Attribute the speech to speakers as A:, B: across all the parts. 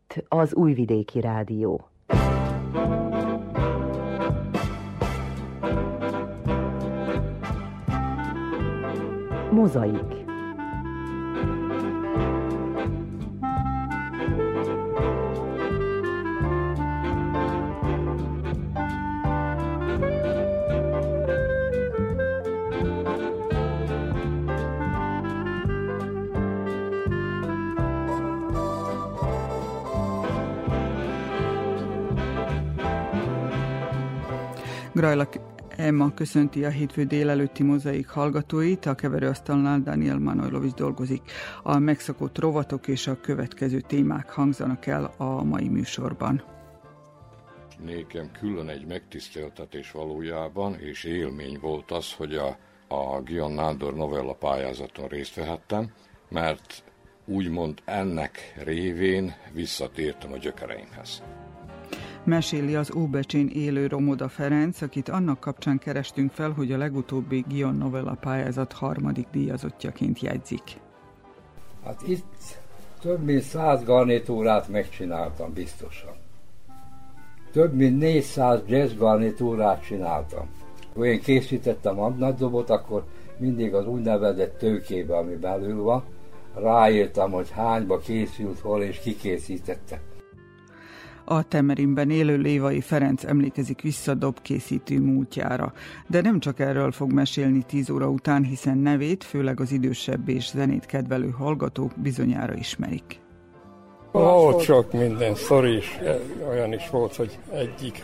A: Itt az Újvidéki Rádió. Mozaik.
B: Grajlak Emma köszönti a hétfő délelőtti mozaik hallgatóit, a keverőasztalnál Daniel Manojlovics dolgozik. A megszokott rovatok és a következő témák hangzanak el a mai műsorban.
C: Nékem külön egy megtiszteltetés valójában, és élmény volt az, hogy a Guion Nádor novella pályázaton részt vehettem, mert úgymond ennek révén visszatértem a gyökereimhez.
B: Meséli az Óbecsén élő Romoda Ferenc, akit annak kapcsán kerestünk fel, hogy a legutóbbi Guion novella pályázat harmadik díjazottjaként jegyzik.
D: Hát itt több mint 100 garnitúrát megcsináltam biztosan. Több mint 400 jazz garnitúrát csináltam. Ha én készítettem a nagydobot, akkor mindig az úgynevezett tőkébe, ami belül van, ráírtam, hogy hányba készült, hol és ki készítette.
B: A Temerinben élő Lévai Ferenc emlékezik vissza dobkészítő múltjára. De nem csak erről fog mesélni 10 óra után, hiszen nevét főleg az idősebb és zenét kedvelő hallgatók bizonyára ismerik.
E: Volt sok minden sztori is, olyan is volt, hogy egyik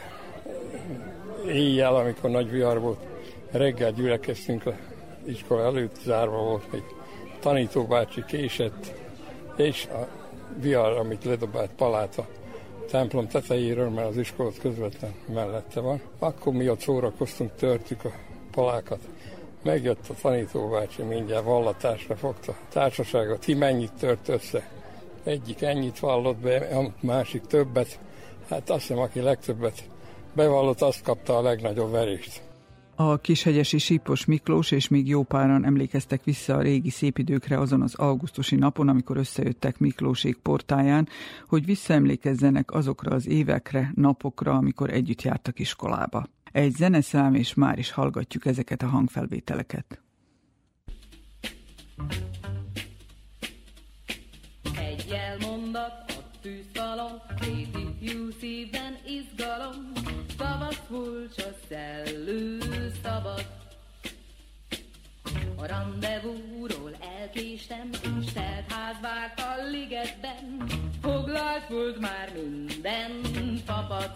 E: éjjel, amikor nagy vihar volt, reggel gyülekeztünk az iskola előtt, zárva volt, egy tanítóbácsi késett, és a vihar, amit ledobált Paláta templom tetejéről, mert az iskola közvetlen mellette van. Akkor mi ott szórakoztunk, törtük a palákat. Megjött a tanítóbácsi, mindjárt vallatásra fogta a társaságot. Ti mennyit tört össze? Egyik ennyit vallott be, a másik többet. Hát azt hiszem, aki legtöbbet bevallott, azt kapta a legnagyobb verést.
B: A kishegyesi Sípos Miklós és még jó páran emlékeztek vissza a régi szép időkre azon az augusztusi napon, amikor összejöttek Miklósék portáján, hogy visszaemlékezzenek azokra az évekre, napokra, amikor együtt jártak iskolába. Egy zeneszám, és már is hallgatjuk ezeket a hangfelvételeket.
F: Egy jelmondat a tűzfalon, két ifjú szívben izgalom, szabad furcsa szellő szabad. A randevúról elkéstem, és telt ház várt a ligetben, foglalt volt már minden papad.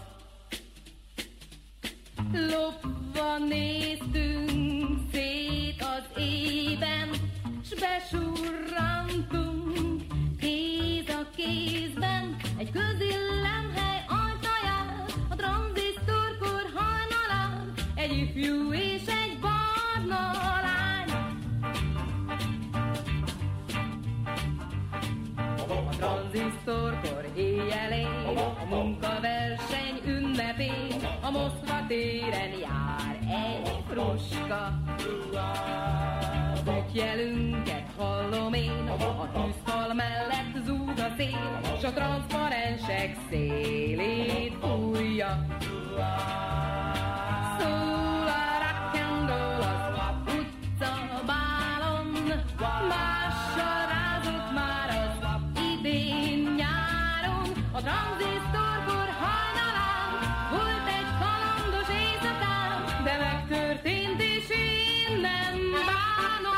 F: Lopva néztünk szét az ében, s besurrantunk kéz a kézben, egy közillemhely ajtaján, a tranzisztorkor hajnalán, egy ifjú és egy barna lány. A tranzisztorkor éjjelén, a munkaverseny ünnepén, a Moszkva téren jár egy fruska. Útjelünket hallom én, a tűzfal mellett zúg a szél, s a transzparensek szélét fújja. Szól a rock and roll az utcabálon, mással rázott már az idén nyáron. A tranzisztorkor hajnalán volt egy kalandos éjszakán, de megtörtént és én nem bánom.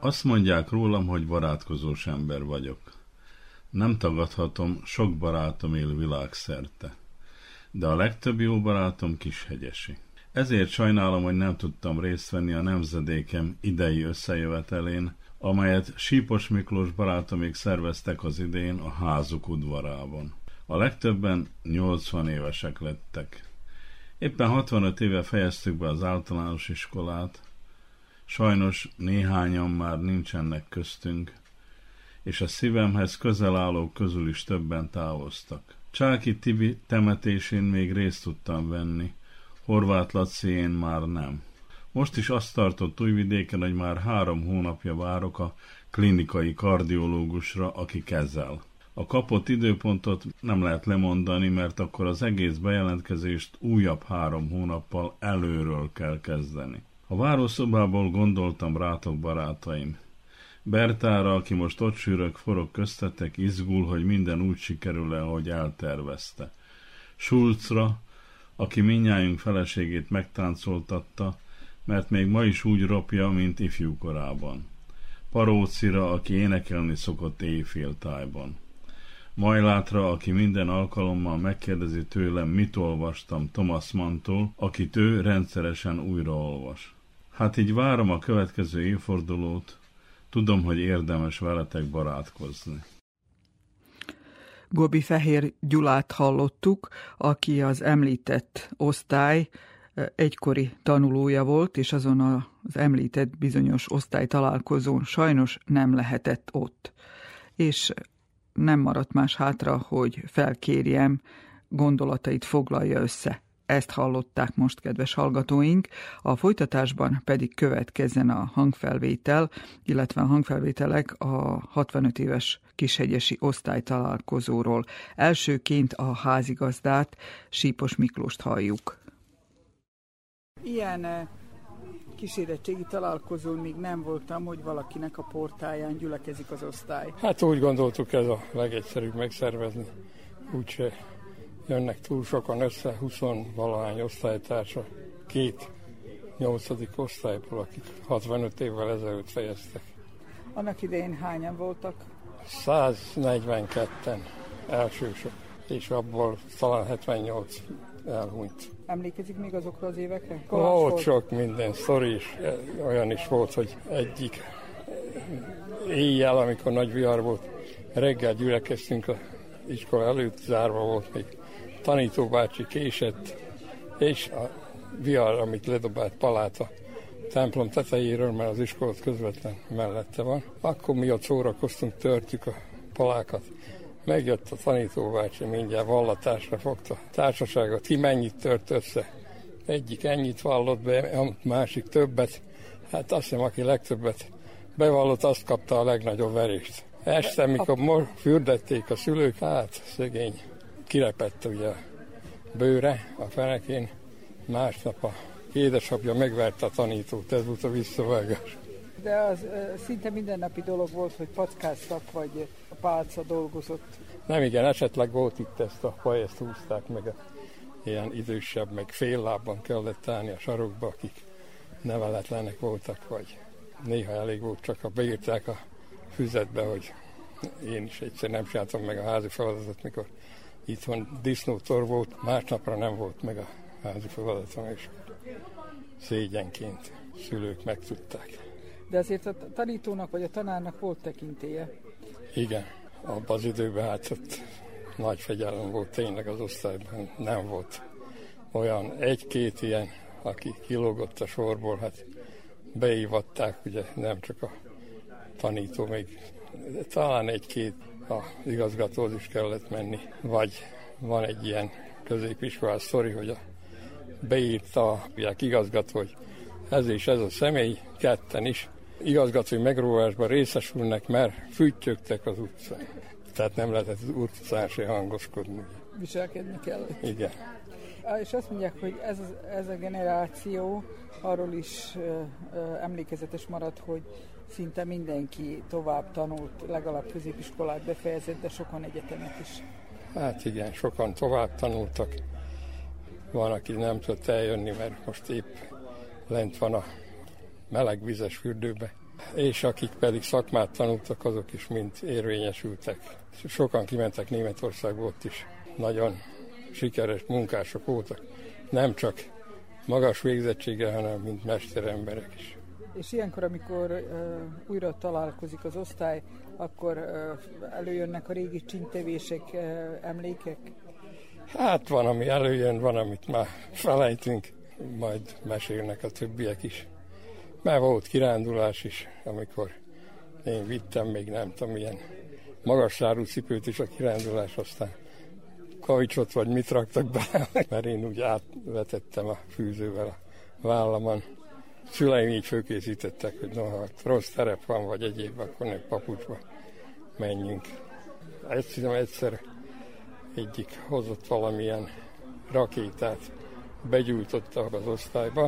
G: Azt mondják rólam, hogy barátkozós ember vagyok. Nem tagadhatom, sok barátom él világszerte. De a legtöbb jó barátom Kishegyesi. Ezért sajnálom, hogy nem tudtam részt venni a nemzedékem idei összejövetelén, amelyet Sípos Miklós barátomig szerveztek az idén a házuk udvarában. A legtöbben 80 évesek lettek. Éppen 65 éve fejeztük be az általános iskolát, sajnos néhányan már nincsenek köztünk, és a szívemhez közel állók közül is többen távoztak. Csáki Tibi temetésén még részt tudtam venni, Horváth Lacién már nem. Most is azt tartott Újvidéken, hogy már 3 hónapja várok a klinikai kardiológusra, aki kezel. A kapott időpontot nem lehet lemondani, mert akkor az egész bejelentkezést újabb 3 hónappal előről kell kezdeni. A várószobából gondoltam rátok, barátaim. Bertára, aki most ott sűrök, forog köztetek, izgul, hogy minden úgy sikerül-e, ahogy eltervezte. Schulzra, aki mindnyájunk feleségét megtáncoltatta, mert még ma is úgy ropja, mint ifjúkorában. Parócira, aki énekelni szokott éjféltájban. Majlátra, aki minden alkalommal megkérdezi tőlem, mit olvastam Thomas Manntól, akit ő rendszeresen újraolvas. Hát így várom a következő évfordulót, tudom, hogy érdemes veletek barátkozni.
B: Gobi Fehér Gyulát hallottuk, aki az említett osztály egykori tanulója volt, és azon az említett bizonyos osztálytalálkozón sajnos nem lehetett ott. És nem maradt más hátra, hogy felkérjem, gondolatait foglalja össze. Ezt hallották most, kedves hallgatóink, a folytatásban pedig következzen a hangfelvétel, illetve a hangfelvételek a 65 éves kishegyesi osztálytalálkozóról. Elsőként a házigazdát, Sípos Miklóst halljuk. Ilyen kísérettségi találkozón még nem voltam, hogy valakinek a portáján gyülekezik az osztály.
E: Hát úgy gondoltuk, ez a legegyszerűbb megszervezni. Úgyse jönnek túl sokan össze, 20-valahány osztálytársa, 2 8. osztályból, akik 65 évvel ezelőtt fejeztek.
B: Annak idején hányan voltak?
E: 142-en elsősök, és abból talán 78 elhunyt.
B: Emlékezik még azokra az évekre?
E: Volt sok minden sztori is, olyan is volt, hogy egyik éjjel, amikor nagy vihar volt, reggel gyülekeztünk, az iskola előtt zárva volt, még tanítóbácsi késett, és a vihar, amit ledobált palát a templom tetejéről, mert az iskola közvetlen mellette van, akkor mi ott szórakoztunk, törtjük a palákat. Megjött a tanítóbácsi, mindjárt vallatásra fogta a társaságot, ki mennyit tört össze. Egyik ennyit vallott be, a másik többet. Hát azt hiszem, aki legtöbbet bevallott, azt kapta a legnagyobb verést. Este, mikor fürdették a szülők, hát szegény, kirepett ugye a bőre a fenekén. Másnap a édesapja megverte a tanítót, ez volt a visszavágás.
B: De az szinte mindennapi dolog volt, hogy packáztak, vagy a pálca dolgozott.
E: Nem igen, esetleg volt itt ezt a pajeszt húzták meg, ilyen idősebb, meg fél lábban kellett állni a sarokba, akik neveletlenek voltak, vagy néha elég volt, csak ha beírták a füzetbe, hogy én is egyszer nem csináltam meg a házi feladatot, mikor itthon disznótor volt, másnapra nem volt meg a házi feladatom, és szégyenként szülők megtudták.
B: De azért a tanítónak vagy a tanárnak volt tekintélye.
E: Igen, abban az időben hát ott nagy fegyelem volt tényleg az osztályban, nem volt olyan 1-2 ilyen, aki kilógott a sorból, hát beívatták, ugye nem csak a tanító, még talán 1-2 a igazgatóhoz is kellett menni, vagy van egy ilyen középiskolás sztori, hogy beírta a igazgató, hogy ez és ez a személy, ketten is igazgatói megróvásban részesülnek, mert füttyögtek az utcán. Tehát nem lehetett az utcán se hangoskodni.
B: Viselkedni kellett.
E: Igen.
B: És azt mondják, hogy ez a generáció arról is emlékezetes maradt, hogy szinte mindenki tovább tanult, legalább középiskolát befejezett, de sokan egyetemet is.
E: Hát igen, sokan tovább tanultak. Van, aki nem tudott eljönni, mert most épp lent van a melegvizes fürdőbe. és akik pedig szakmát tanultak, azok is mind érvényesültek. Sokan kimentek Németországba, ott is nagyon sikeres munkások voltak. Nem csak magas végzettséggel, hanem mint mesteremberek is.
B: És ilyenkor, amikor újra találkozik az osztály, akkor előjönnek a régi csintevések, emlékek?
E: Hát van, ami előjön, van, amit már felejtünk, majd mesélnek a többiek is. Mert volt kirándulás is, amikor én vittem még nem tudom, milyen magas sárú cipőt is a kirándulás, aztán kavicsot vagy mit raktak be, mert én úgy átvetettem a fűzővel a vállamon. Szüleim így fölkészítettek, hogy ha rossz terep van, vagy egyéb, akkor ne papucsba menjünk. Egyszer egyik hozott valamilyen rakétát, begyújtotta az osztályba,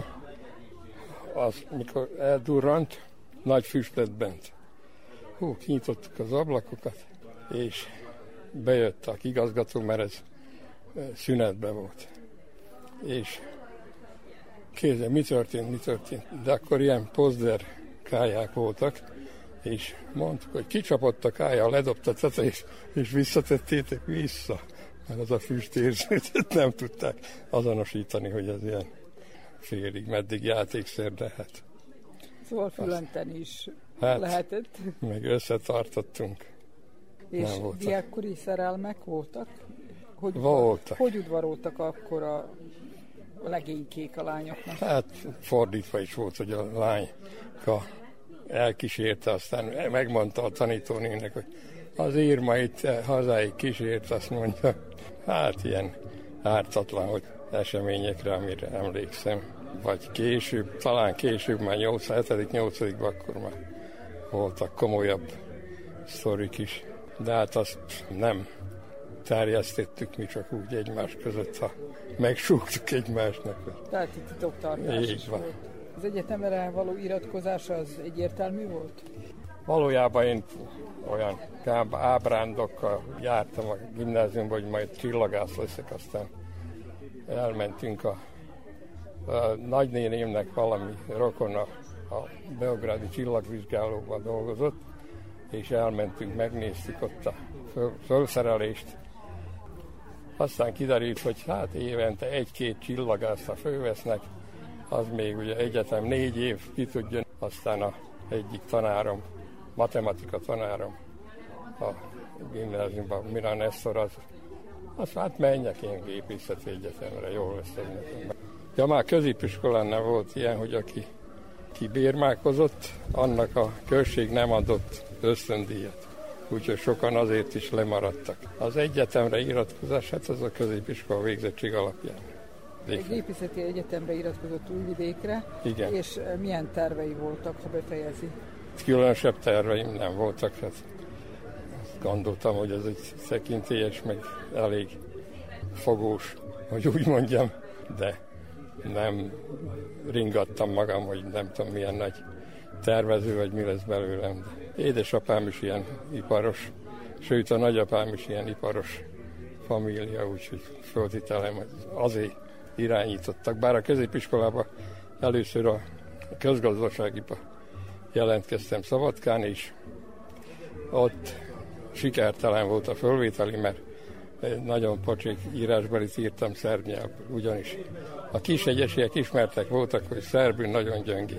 E: az, mikor eldurrant, nagy füst lett bent. Kinyitottuk az ablakokat, és bejött a igazgató, mert ez szünetben volt. És kézzel, mi történt? De akkor ilyen pozder kályák voltak, és mondtuk, hogy kicsapott a kája, ledobta a tetejét, és visszatettétek vissza. Mert az a füstérzőt nem tudták azonosítani, hogy ez ilyen félig meddig játékszer, de hát...
B: Szóval fülenteni is lehetett.
E: Meg összetartottunk.
B: És diákkori szerelmek voltak?
E: Voltak.
B: Hogy udvaroltak akkor a legénykék a lányoknak?
E: Hát fordítva is volt, hogy a lányka elkísérte, aztán megmondta a tanítónének, hogy az Irma itt hazáig kísért, azt mondja. Hát ilyen ártatlan, hogy eseményekre, amire emlékszem. Vagy később, talán később, már 7.-8. akkor már voltak komolyabb sztorik is. De hát azt nem terjesztettük mi, csak úgy egymás között, ha megsúgtuk egymásnak.
B: Tehát itt titoktartás is volt. Az egyetemre való iratkozás az egyértelmű volt?
E: Valójában én olyan ábrándokkal jártam a gimnáziumba, hogy majd csillagász leszek, aztán elmentünk a nagynénémnek valami rokona a beográdi csillagvizsgálóban dolgozott, és elmentünk, megnéztük ott a fölszerelést. Aztán kiderült, hogy hát évente 1-2 csillagászt, ha fölvesznek, az még ugye egyetem 4 év, ki tudja. Aztán a egyik tanárom, matematika tanárom a gimnáziumban, Mirán Esztor, az hát menjek én gépészeti egyetemre, jól lesz ez nekem. Ja, már középiskolán volt ilyen, hogy aki bérmálkozott, annak a község nem adott ösztöndíjat. Úgyhogy sokan azért is lemaradtak. Az egyetemre iratkozás, hát az a középiskola végzettség alapján.
B: Egy gépészeti egyetemre iratkozott Újvidékre.
E: Igen.
B: És milyen tervei voltak, ha befejezi?
E: Különösebb terveim nem voltak. Hát gondoltam, hogy ez egy szekintélyes, meg elég fogós, hogy úgy mondjam, de nem ringattam magam, hogy nem tudom milyen nagy tervező, vagy mi lesz belőlem. Édesapám is ilyen iparos, sőt a nagyapám is ilyen iparos família, úgyhogy föltételem, hogy azért irányítottak. Bár a középiskolában először a közgazdaságiba jelentkeztem Szabadkán, és ott sikertelen volt a fölvételi, mert nagyon pocsék írásbelit írtam szerb nyelvből, ugyanis a kisegyesiek ismertek voltak, hogy szerbül nagyon gyöngék.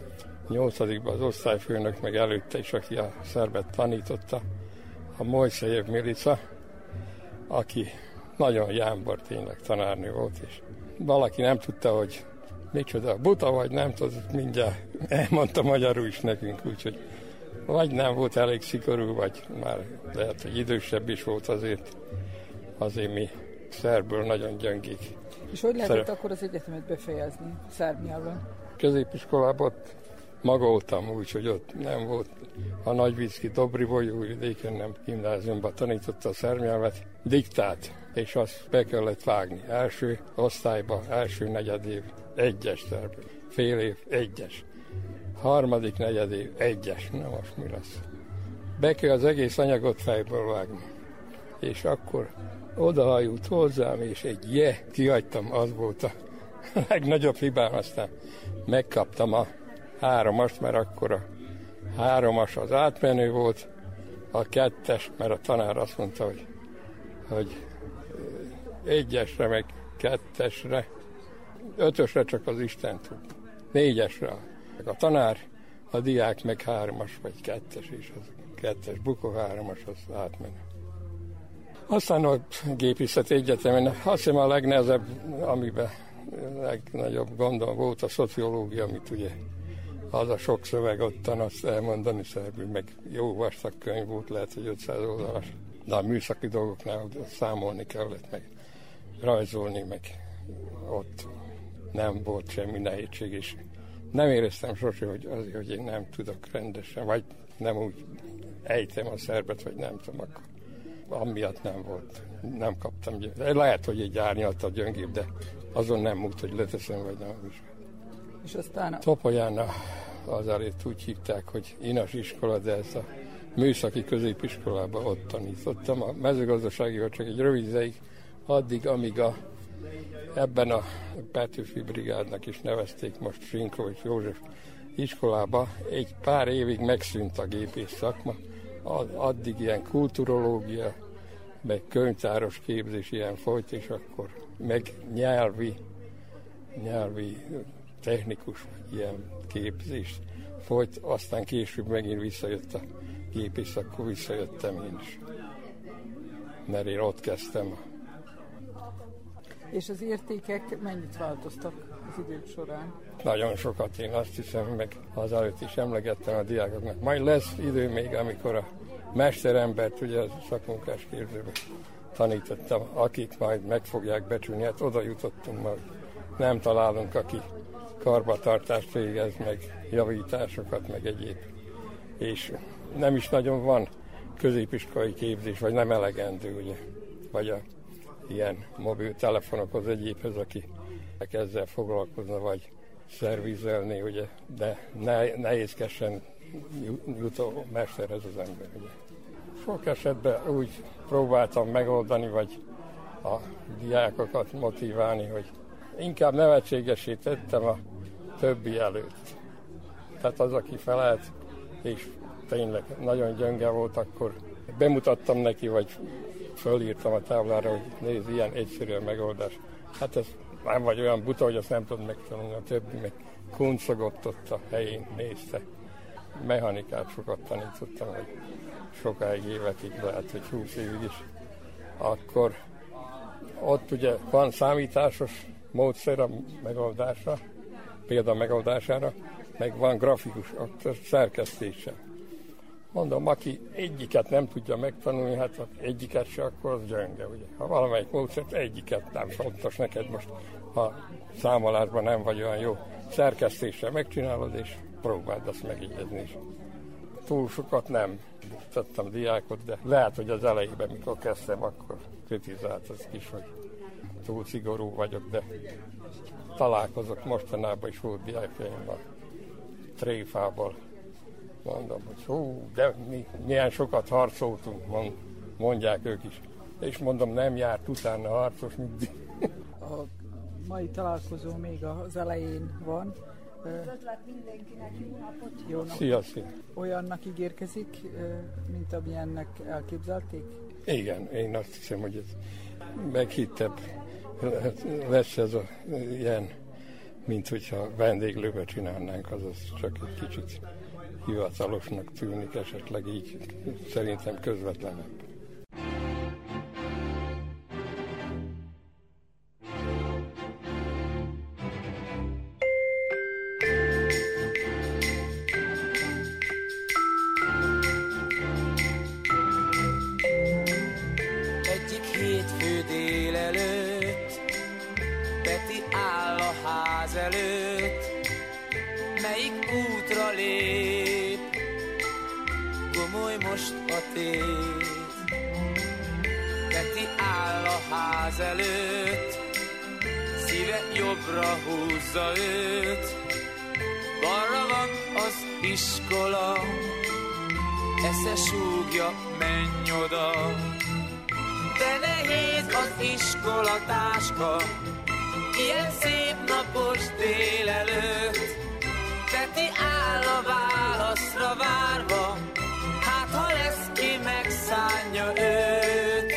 E: 8. az osztályfőnök, meg előtte is, aki a szerbet tanította, a Mojszejev Milica, aki nagyon jámbor tényleg tanárnő volt, és valaki nem tudta, hogy micsoda, buta vagy, nem tudott, mindjárt elmondta magyarul is nekünk, úgyhogy vagy nem volt elég szigorú, vagy már lehet, hogy idősebb is volt azért mi szerbből nagyon gyöngék.
B: És hogy lehetett akkor az egyetemet befejezni szerb nyelven?
E: Középiskolában magoltam, úgyhogy ott nem volt a Nagyvicki Dobrivoly Újvidéken, nem gimnáziumban tanította a szerb nyelvet, diktált, és azt be kellett vágni. Első osztályba, első negyedév 1-es szerb, fél év 1-es, harmadik negyedév 1-es, na most mi lesz? Be kell az egész anyagot fejből vágni. És akkor odahajult hozzám, és egy kihagytam, az volt a legnagyobb hibám, aztán megkaptam a 3-ast, mert akkor a 3-as az átmenő volt, a 2-es, mert a tanár azt mondta, hogy 1-esre meg 2-esre, 5-ösre csak az Isten tud, 4-esre a tanár, a diák meg 3-as vagy 2-es, és az 2-es bukó, 3-as az átmenő. Aztán a gépészeti egyetemen azt hiszem a legnehezebb, amiben legnagyobb gondom volt a szociológia, amit ugye az a sok szöveg ottan, azt elmondani szerbül, meg jó vastag könyv volt, lehet, hogy 500 oldalas, de a műszaki dolgoknál számolni kellett, meg rajzolni, meg ott nem volt semmi nehézség, és nem éreztem sose, hogy én nem tudok rendesen, vagy nem úgy ejtem a szerbet, vagy nem tudom, akkor amiatt nem volt, nem kaptam. Lehet, hogy egy árnyalta gyöngébb, de azon nem múlt, hogy leteszem, vagy nem is.
B: És aztán...
E: Topolyán azelőtt úgy hívták, hogy Inas iskola, de ez a műszaki középiskolában ott tanítottam. A mezőgazdaságival csak egy rövid ideig, addig, amíg ebben a Petőfi brigádnak is nevezték most Sinkrovics József iskolába, egy pár évig megszűnt a gépész szakma, addig ilyen kulturológia, meg könyvtáros képzés ilyen folyt, és akkor meg nyelvi technikus ilyen képzés folyt, aztán később megint visszajött a gépész, akkor visszajöttem én is, mert én ott kezdtem.
B: És az értékek mennyit változtak az idők során?
E: Nagyon sokat, én azt hiszem, meg azelőtt is emlegettem a diákoknak. Majd lesz idő még, amikor a mesterembert, ugye a szakmunkás képzőben tanítottam, akik majd meg fogják becsülni. Hát oda jutottunk majd, nem találunk, aki karbantartást végez, meg javításokat, meg egyéb. És nem is nagyon van középiskolai képzés, vagy nem elegendő, ugye, vagy a ilyen mobiltelefonokhoz egyébhez, aki ezzel foglalkozna, vagy szervizelni, ugye, de nehézkesen jutó mesterhez az ember, ugye. Sok esetben úgy próbáltam megoldani, vagy a diákokat motiválni, hogy inkább nevetségesé tettem a többi előtt. Tehát az, aki felelt, és tényleg nagyon gyönge volt, akkor bemutattam neki, vagy fölírtam a táblára, hogy nézd, ilyen egyszerű a megoldás. Hát ez nem vagy olyan buta, hogy azt nem tudod megtanulni, a többi meg kuncogott ott a helyén, nézte. Mechanikát sokat tanítottam, hogy sokáig, évekig, lehet, hogy 20 évig is. Akkor ott ugye van számításos módszer a megoldásra, példa megoldására, meg van grafikus, akkor szerkesztése. Mondom, aki egyiket nem tudja megtanulni, hát egyiket se, akkor az gyönge, ugye. Ha valamelyik módszert, egyiket nem fontos neked most, ha számolásban nem vagy olyan jó, szerkesztéssel megcsinálod, és próbáld azt megjegyezni is. Túl sokat nem tettem diákot, de lehet, hogy az elejében, mikor kezdtem, akkor kritizált az is, hogy túl szigorú vagyok, de találkozok mostanában is volt diákjaim a tréfából. Mondom, hogy hú, de milyen sokat harcoltunk, mondják ők is. És mondom, nem járt utána harcos mindig.
B: A mai találkozó még az elején van.
H: Üdvözlet mindenkinek, jó napot!
E: Jó napot! Szia!
B: Olyannak ígérkezik, mint amilyennek elképzelték?
E: Igen, én azt hiszem, hogy ez meghittebb lesz ez a ilyen, mint hogyha vendéglőbe csinálnánk, azaz csak egy kicsit hivatalosnak tűnik, esetleg így szerintem közvetlenebb.
I: Egyik hétfő délelőtt Peti áll a ház előtt, melyik útra lép, gomoly most a tét. Peti áll a ház előtt, szíve jobbra húzza őt, balra van az iskola, esze súgja, menj oda. De nehéz az iskolatáska, ilyen szép napos délelőtt, Peti áll a válaszra várva, hát ha lesz ki megszánja őt.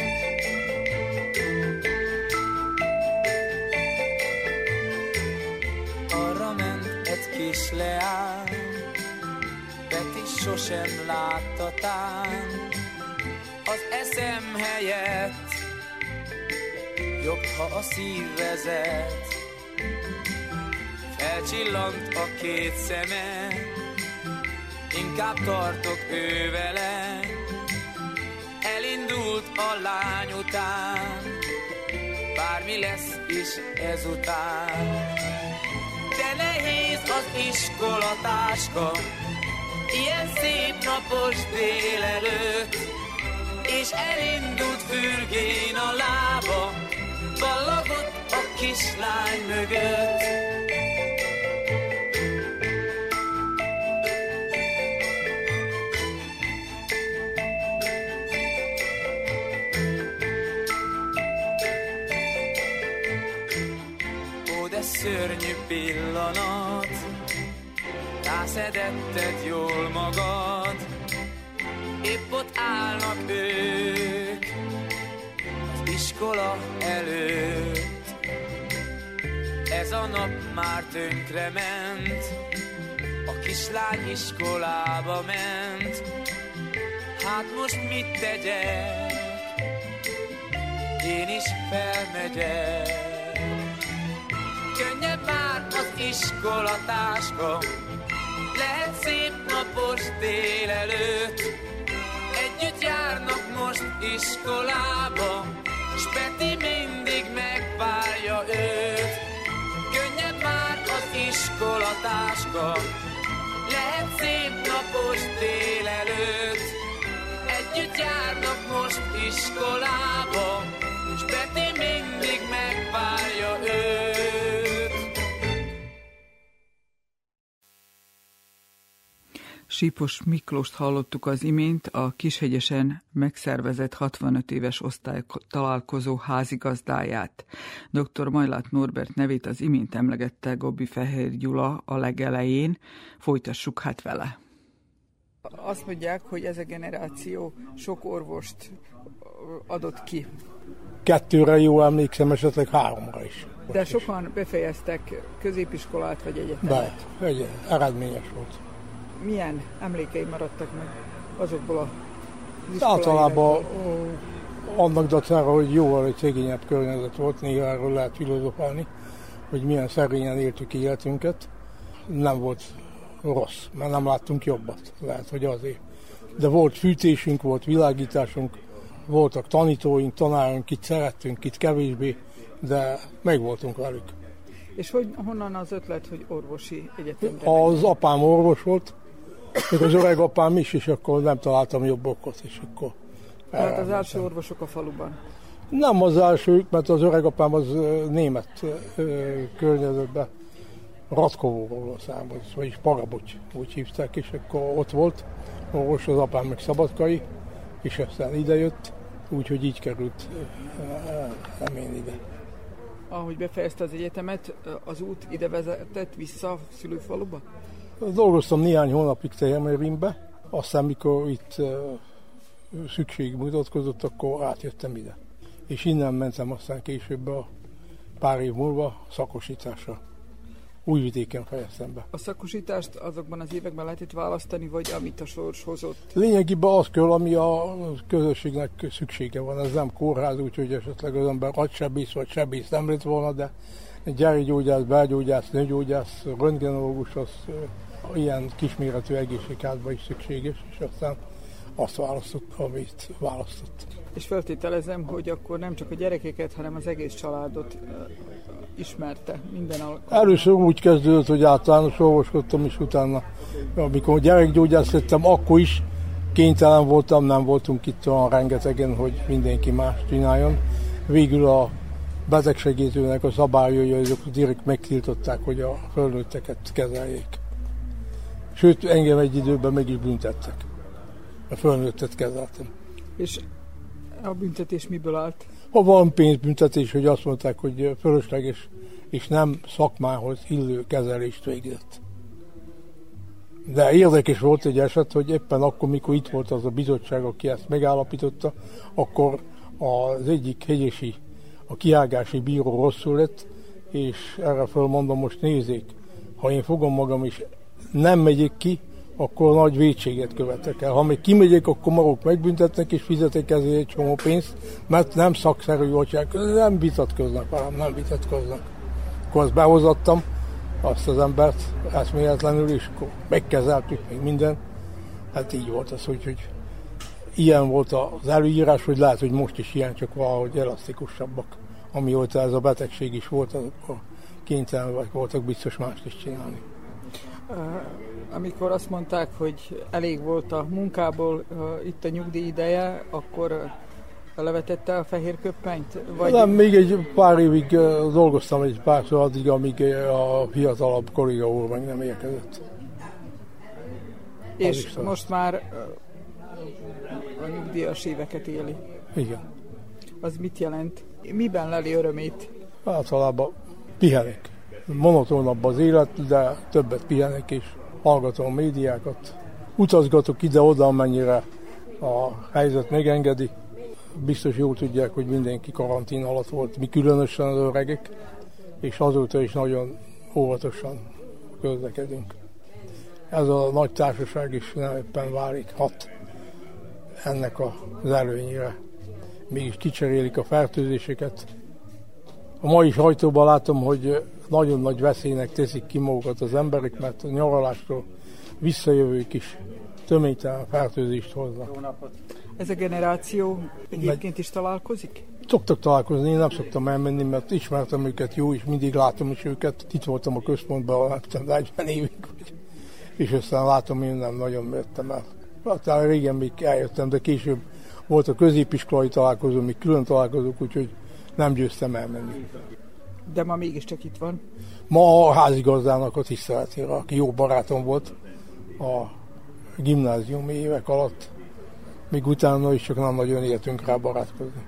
I: Arra ment egy kis leány, Peti sosem látta tán, az eszem helyett jobb, ha a szív vezet. Felcsillant a két szeme, inkább tartok ő vele. Elindult a lány után, bármi lesz is ezután. De nehéz az iskolatáska, ilyen szép napos délelőtt, és elindult fürgén a lába, ballagott a kislány mögött. Szörnyű pillanat, rászedetted jól magad, épp ott állnak ők az iskola előtt. Ez a nap már tönkrement, a kislány iskolába ment. Hát most mit tegyek, én is felmegyek. Könnyebb már az iskolatáska, lehet szép napos délelőtt. Együtt járnak most iskolába, s Peti mindig megvárja őt. Könnyebb már az iskolatáska, lehet szép napos délelőtt. Együtt járnak most iskolába, s Peti mindig megvárja őt.
B: Sípos Miklóst hallottuk az imént, a Kishegyesen megszervezett 65 éves osztálytalálkozó házigazdáját. Dr. Majlát Norbert nevét az imént emlegette Gobbi Fehér Gyula a legelején. Folytassuk hát vele. Azt mondják, hogy ez a generáció sok orvost adott ki.
E: 2-re jól emlékszem, esetleg 3-ra is.
B: De sokan befejeztek középiskolát vagy egyetemet.
E: De, eredményes volt.
B: Milyen emlékei maradtak meg azokból az
E: általában annak dacára, hogy jóval egy szegényebb környezet volt, néha erről lehet filozofálni, hogy milyen szerényen éltük életünket. Nem volt rossz, mert nem láttunk jobbat, lehet, hogy azért. De volt fűtésünk, volt világításunk, voltak tanítóink, tanáraink, kit szerettünk, kit kevésbé, de megvoltunk velük.
B: És honnan az ötlet, hogy orvosi egyetemre?
E: Az apám orvos volt, még az öreg apám is, és akkor nem találtam jobb okot, és akkor...
B: Tehát az első orvosok a faluban?
E: Nem az elsők, mert az öreg apám az német környezetben Ratkovóról származott, vagyis Parabocs, úgy hívták, és akkor ott volt orvos, az apám meg szabadkai, és aztán idejött, úgyhogy így került nem én ide.
B: Ahogy befejezte az egyetemet, az út ide vezetett vissza a szülőfaluba?
E: Dolgoztam néhány hónapig Tehermerinbe, aztán mikor itt szükség mutatkozott, akkor átjöttem ide. És innen mentem aztán később a pár év múlva szakosításra. Újvidéken fejeztem be.
B: A szakosítást azokban az években lehetett választani, vagy amit a sors hozott?
E: Lényegében az kell, ami a közösségnek szüksége van. Ez nem kórház, úgyhogy esetleg az ember agysebész vagy sebész nem lett volna, de gyermekgyógyász, belgyógyász, nőgyógyász, röntgenológus, az ilyen kisméretű egészségházban is szükséges, és aztán azt választott, amit választott.
B: És feltételezem, hogy akkor nem csak a gyerekeket, hanem az egész családot ismerte minden alkalommal.
E: Először úgy kezdődött, hogy általános orvoskodtam, és utána, amikor gyerekgyógyász lettem, akkor is kénytelen voltam, nem voltunk itt olyan rengetegen, hogy mindenki más csináljon. Végül a betegsegítőnek a szabályai, azok direkt megtiltották, hogy a felnőtteket kezeljék. Sőt, engem egy időben meg is büntettek. A felnőttet kezeltem.
B: És a büntetés miből állt?
E: Ha van pénzbüntetés, hogy azt mondták, hogy fölösleges és nem szakmához illő kezelést végzett. De érdekes volt egy eset, hogy éppen akkor, mikor itt volt az a bizottság, aki ezt megállapította, akkor az egyik hegyesi, a kiágási bíró rosszul lett, és erre fölmondom, most nézzék, ha én fogom magam és nem megyek ki, akkor nagy vétséget követek el. Ha még kimegyek, akkor maguk megbüntetnek, és fizetek ezért egy csomó pénzt, mert nem szakszerű voltság, nem vitatkoznak velem, nem vitatkoznak. Akkor azt behozattam, azt az embert eszméletlenül, és akkor megkezeltük még minden. Hát így volt az, hogy ilyen volt az előírás, hogy lehet, hogy most is ilyen, csak valahogy elasztikusabbak. Amióta ez a betegség is volt, akkor kénytelenek voltak biztos mást is csinálni.
B: Amikor azt mondták, hogy elég volt a munkából itt a nyugdíj ideje, akkor levetette a fehér köppenyt? Vagy... Nem,
E: még egy pár évig dolgoztam, egy párszor addig, amíg a fiatalabb kolléga úr meg nem érkezett.
B: És most már a nyugdíjas éveket éli?
E: Igen.
B: Az mit jelent? Miben leli örömét?
E: Általában pihenek. Monotonabb az élet, de többet pihenek, és hallgatom a médiákat. Utazgatok ide-oda, amennyire a helyzet megengedi. Biztos jól tudják, hogy mindenki karantén alatt volt, mi különösen az öregek, és azóta is nagyon óvatosan közlekedünk. Ez a nagy társaság is nem éppen válik, hat ennek az előnyére. Mégis kicserélik a fertőzéseket. A mai sajtóban látom, hogy nagyon nagy veszélynek teszik ki magukat az emberek, mert a nyaralástól visszajövők is töménytelen fertőzést hoznak.
B: Ez a generáció egyébként is találkozik?
E: Szoktak találkozni, én nem szoktam elmenni, mert ismertem őket jó, és mindig látom is őket. Itt voltam a központban, láttam 40 évig, és aztán látom, én nem nagyon jöttem el. Hát régen még eljöttem, de később volt a középiskolai találkozó, még külön találkozók, úgyhogy nem győztem elmenni.
B: De ma mégiscsak itt van?
E: Ma a házigazdának a tiszteletére, aki jó barátom volt a gimnáziumi évek alatt, még utána is csak nem nagyon értünk rá barátkozni.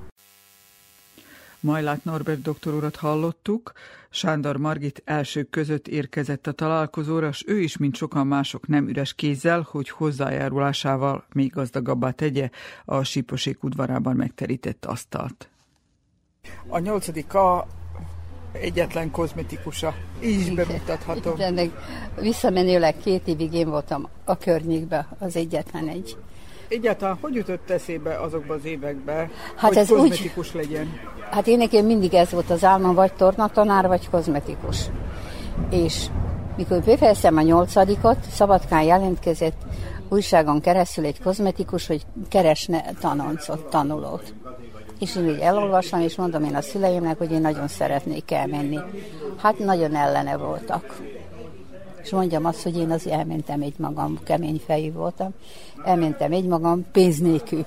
B: Majlát Norbert doktor urat hallottuk, Sándor Margit elsők között érkezett a találkozóra, s ő is, mint sokan mások, nem üres kézzel, hogy hozzájárulásával még gazdagabbá tegye a Síposék udvarában megterített asztalt. A 8-a egyetlen kozmetikusa. Így is bemutathatom.
J: Igen, visszamenőleg 2 évig én voltam a környékben, az egyetlen egy.
B: Egyáltalán hogy jutott eszébe azokban az években,
J: hát
B: hogy kozmetikus legyen?
J: Hát én nekem mindig ez volt az álmom, vagy tornatanár, vagy kozmetikus. És mikor befejeztem a 8-ot, Szabadkán jelentkezett újságon keresztül egy kozmetikus, hogy keresne tanoncot, tanulót. És én úgy elolvastam, és mondom én a szüleimnek, hogy én nagyon szeretnék elmenni. Hát nagyon ellene voltak. És mondjam azt, hogy én azért elmentem egymagam, kemény fejű voltam, elmentem egymagam pénz nélkül.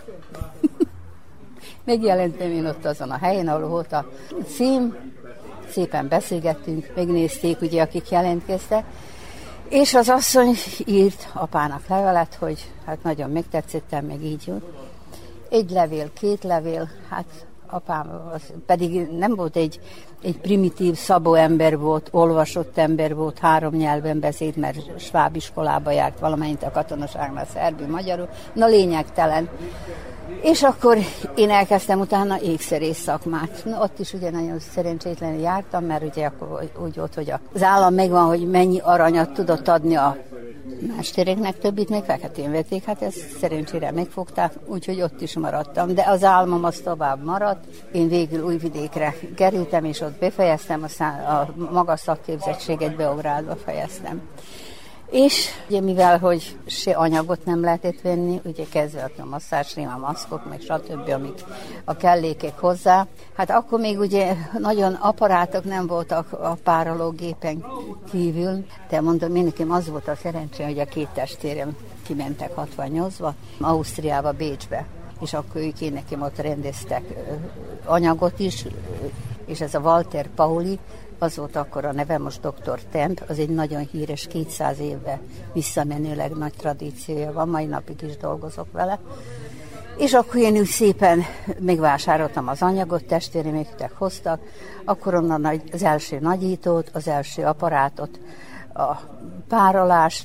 J: Megjelentem én ott azon a helyen, ahol volt a cím, szépen beszélgettünk, megnézték, ugye, akik jelentkeztek, és az asszony írt apának levelet, hogy hát nagyon megtetszettem, meg így jut. 1 levél, 2 levél, hát apám pedig nem volt egy primitív szabó ember volt, olvasott ember volt, 3 nyelven beszélt, mert sváb iskolába járt valamennyit a katonaságnál, szerbül, magyarul, na lényegtelen. És akkor én elkezdtem utána ékszerész szakmát. Na, ott is ugye nagyon szerencsétlenül jártam, mert ugye akkor úgy volt, hogy az állam megvan, hogy mennyi aranyat tudott adni a mestereknek, többit még feketén vették, hát ezt szerencsére megfogták, úgyhogy ott is maradtam. De az álmom az tovább maradt. Én végül Újvidékre kerültem, és ott befejeztem, aztán a magas szakképzettséget Beográdba fejeztem. És ugye mivel, hogy se anyagot nem lehetett venni, ugye kezdve a masszázsrém, a maszkok, meg stb., amik a kellékek hozzá. Hát akkor még ugye nagyon apparátok nem voltak a párológépen kívül, de mondom, én nekem az volt a szerencsém, hogy a 2 testvérem kimentek 68-ba, Ausztriába, Bécsbe, és akkor ők nekem ott rendeztek anyagot is, és ez a Walter Pauli, az volt akkor a neve, most Dr. Temp, az egy nagyon híres, 200 évve visszamenőleg nagy tradíciója van, mai napig is dolgozok vele. És akkor én úgy szépen megvásároltam az anyagot, testvéreméknek hoztak, akkor onnan az első nagyítót, az első apparátot a párolásra,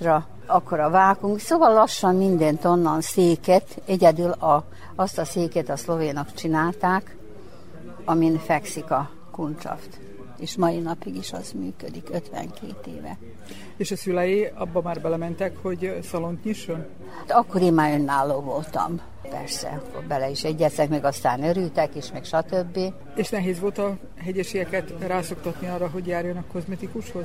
J: akkor a vákunk, szóval lassan mindent onnan széket, egyedül azt a széket a szlovénok csinálták, amin fekszik a kuncsaft. És mai napig is az működik, 52 éve.
B: És a szülei abba már belementek, hogy szalont nyisson?
J: Hát akkor én már önálló voltam. Persze, akkor bele is egyeztek, meg aztán örültek is, meg stb.
B: És nehéz volt a hegyesieket rászoktatni arra, hogy járjanak kozmetikushoz?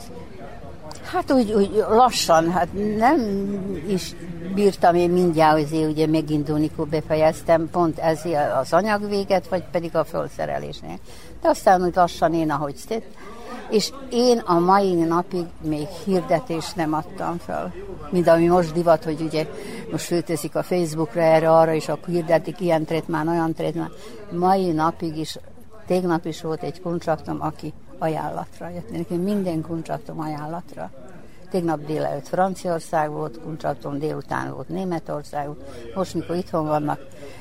J: Hát úgy lassan, hát nem is bírtam én mindjárt azért ugye megindulni, amikor befejeztem, pont ez az anyagvéget, vagy pedig a felszerelésnél. De aztán úgy lassan én, ahogy tett, és én a mai napig még hirdetést nem adtam fel. Mint ami most divat, hogy ugye most fölteszik a Facebookra erre-arra, és akkor hirdetik ilyen trétmán, olyan trétmán. Mai napig is, tegnap is volt egy kuncsaktom, aki ajánlatra jött. Nekem minden kuncsaktom ajánlatra. Tegnap délelőtt Franciaország volt, kuncsaktom délután volt Németország, most mikor itthon vannak,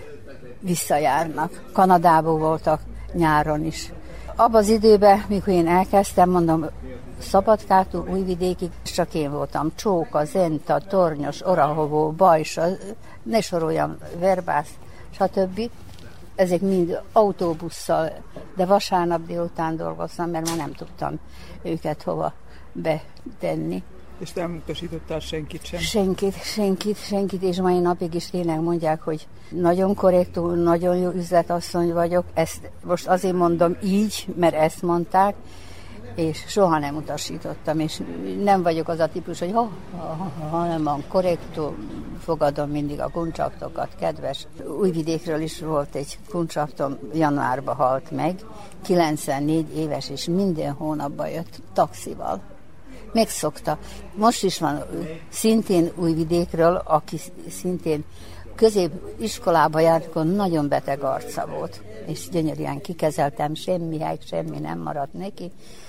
J: visszajárnak. Kanadában voltak nyáron is. Abban az időben, mikor én elkezdtem, mondom, Szabadkától Újvidékig csak én voltam. Csóka, Zenta, Tornyos, Orahovó, Bajsa, ne soroljam, Verbász, stb. Ezek mind autóbusszal, de vasárnap délután dolgoztam, mert már nem tudtam őket hova betenni.
B: És nem utasítottál senkit sem? Senkit,
J: és mai napig is tényleg mondják, hogy nagyon korrektú, nagyon jó üzletasszony vagyok. Ezt most azért mondom így, mert ezt mondták, és soha nem utasítottam, és nem vagyok az a típus, hogy hanem van korrektú, fogadom mindig a kuncsaktokat, kedves. Újvidékről is volt egy kuncsaktom, januárban halt meg, 94 éves, és minden hónapban jött taxival. Megszokta. Most is van szintén Újvidékről, aki szintén középiskolába járt, akkor nagyon beteg arca volt, és gyönyörűen kikezeltem, semmi nem maradt neki.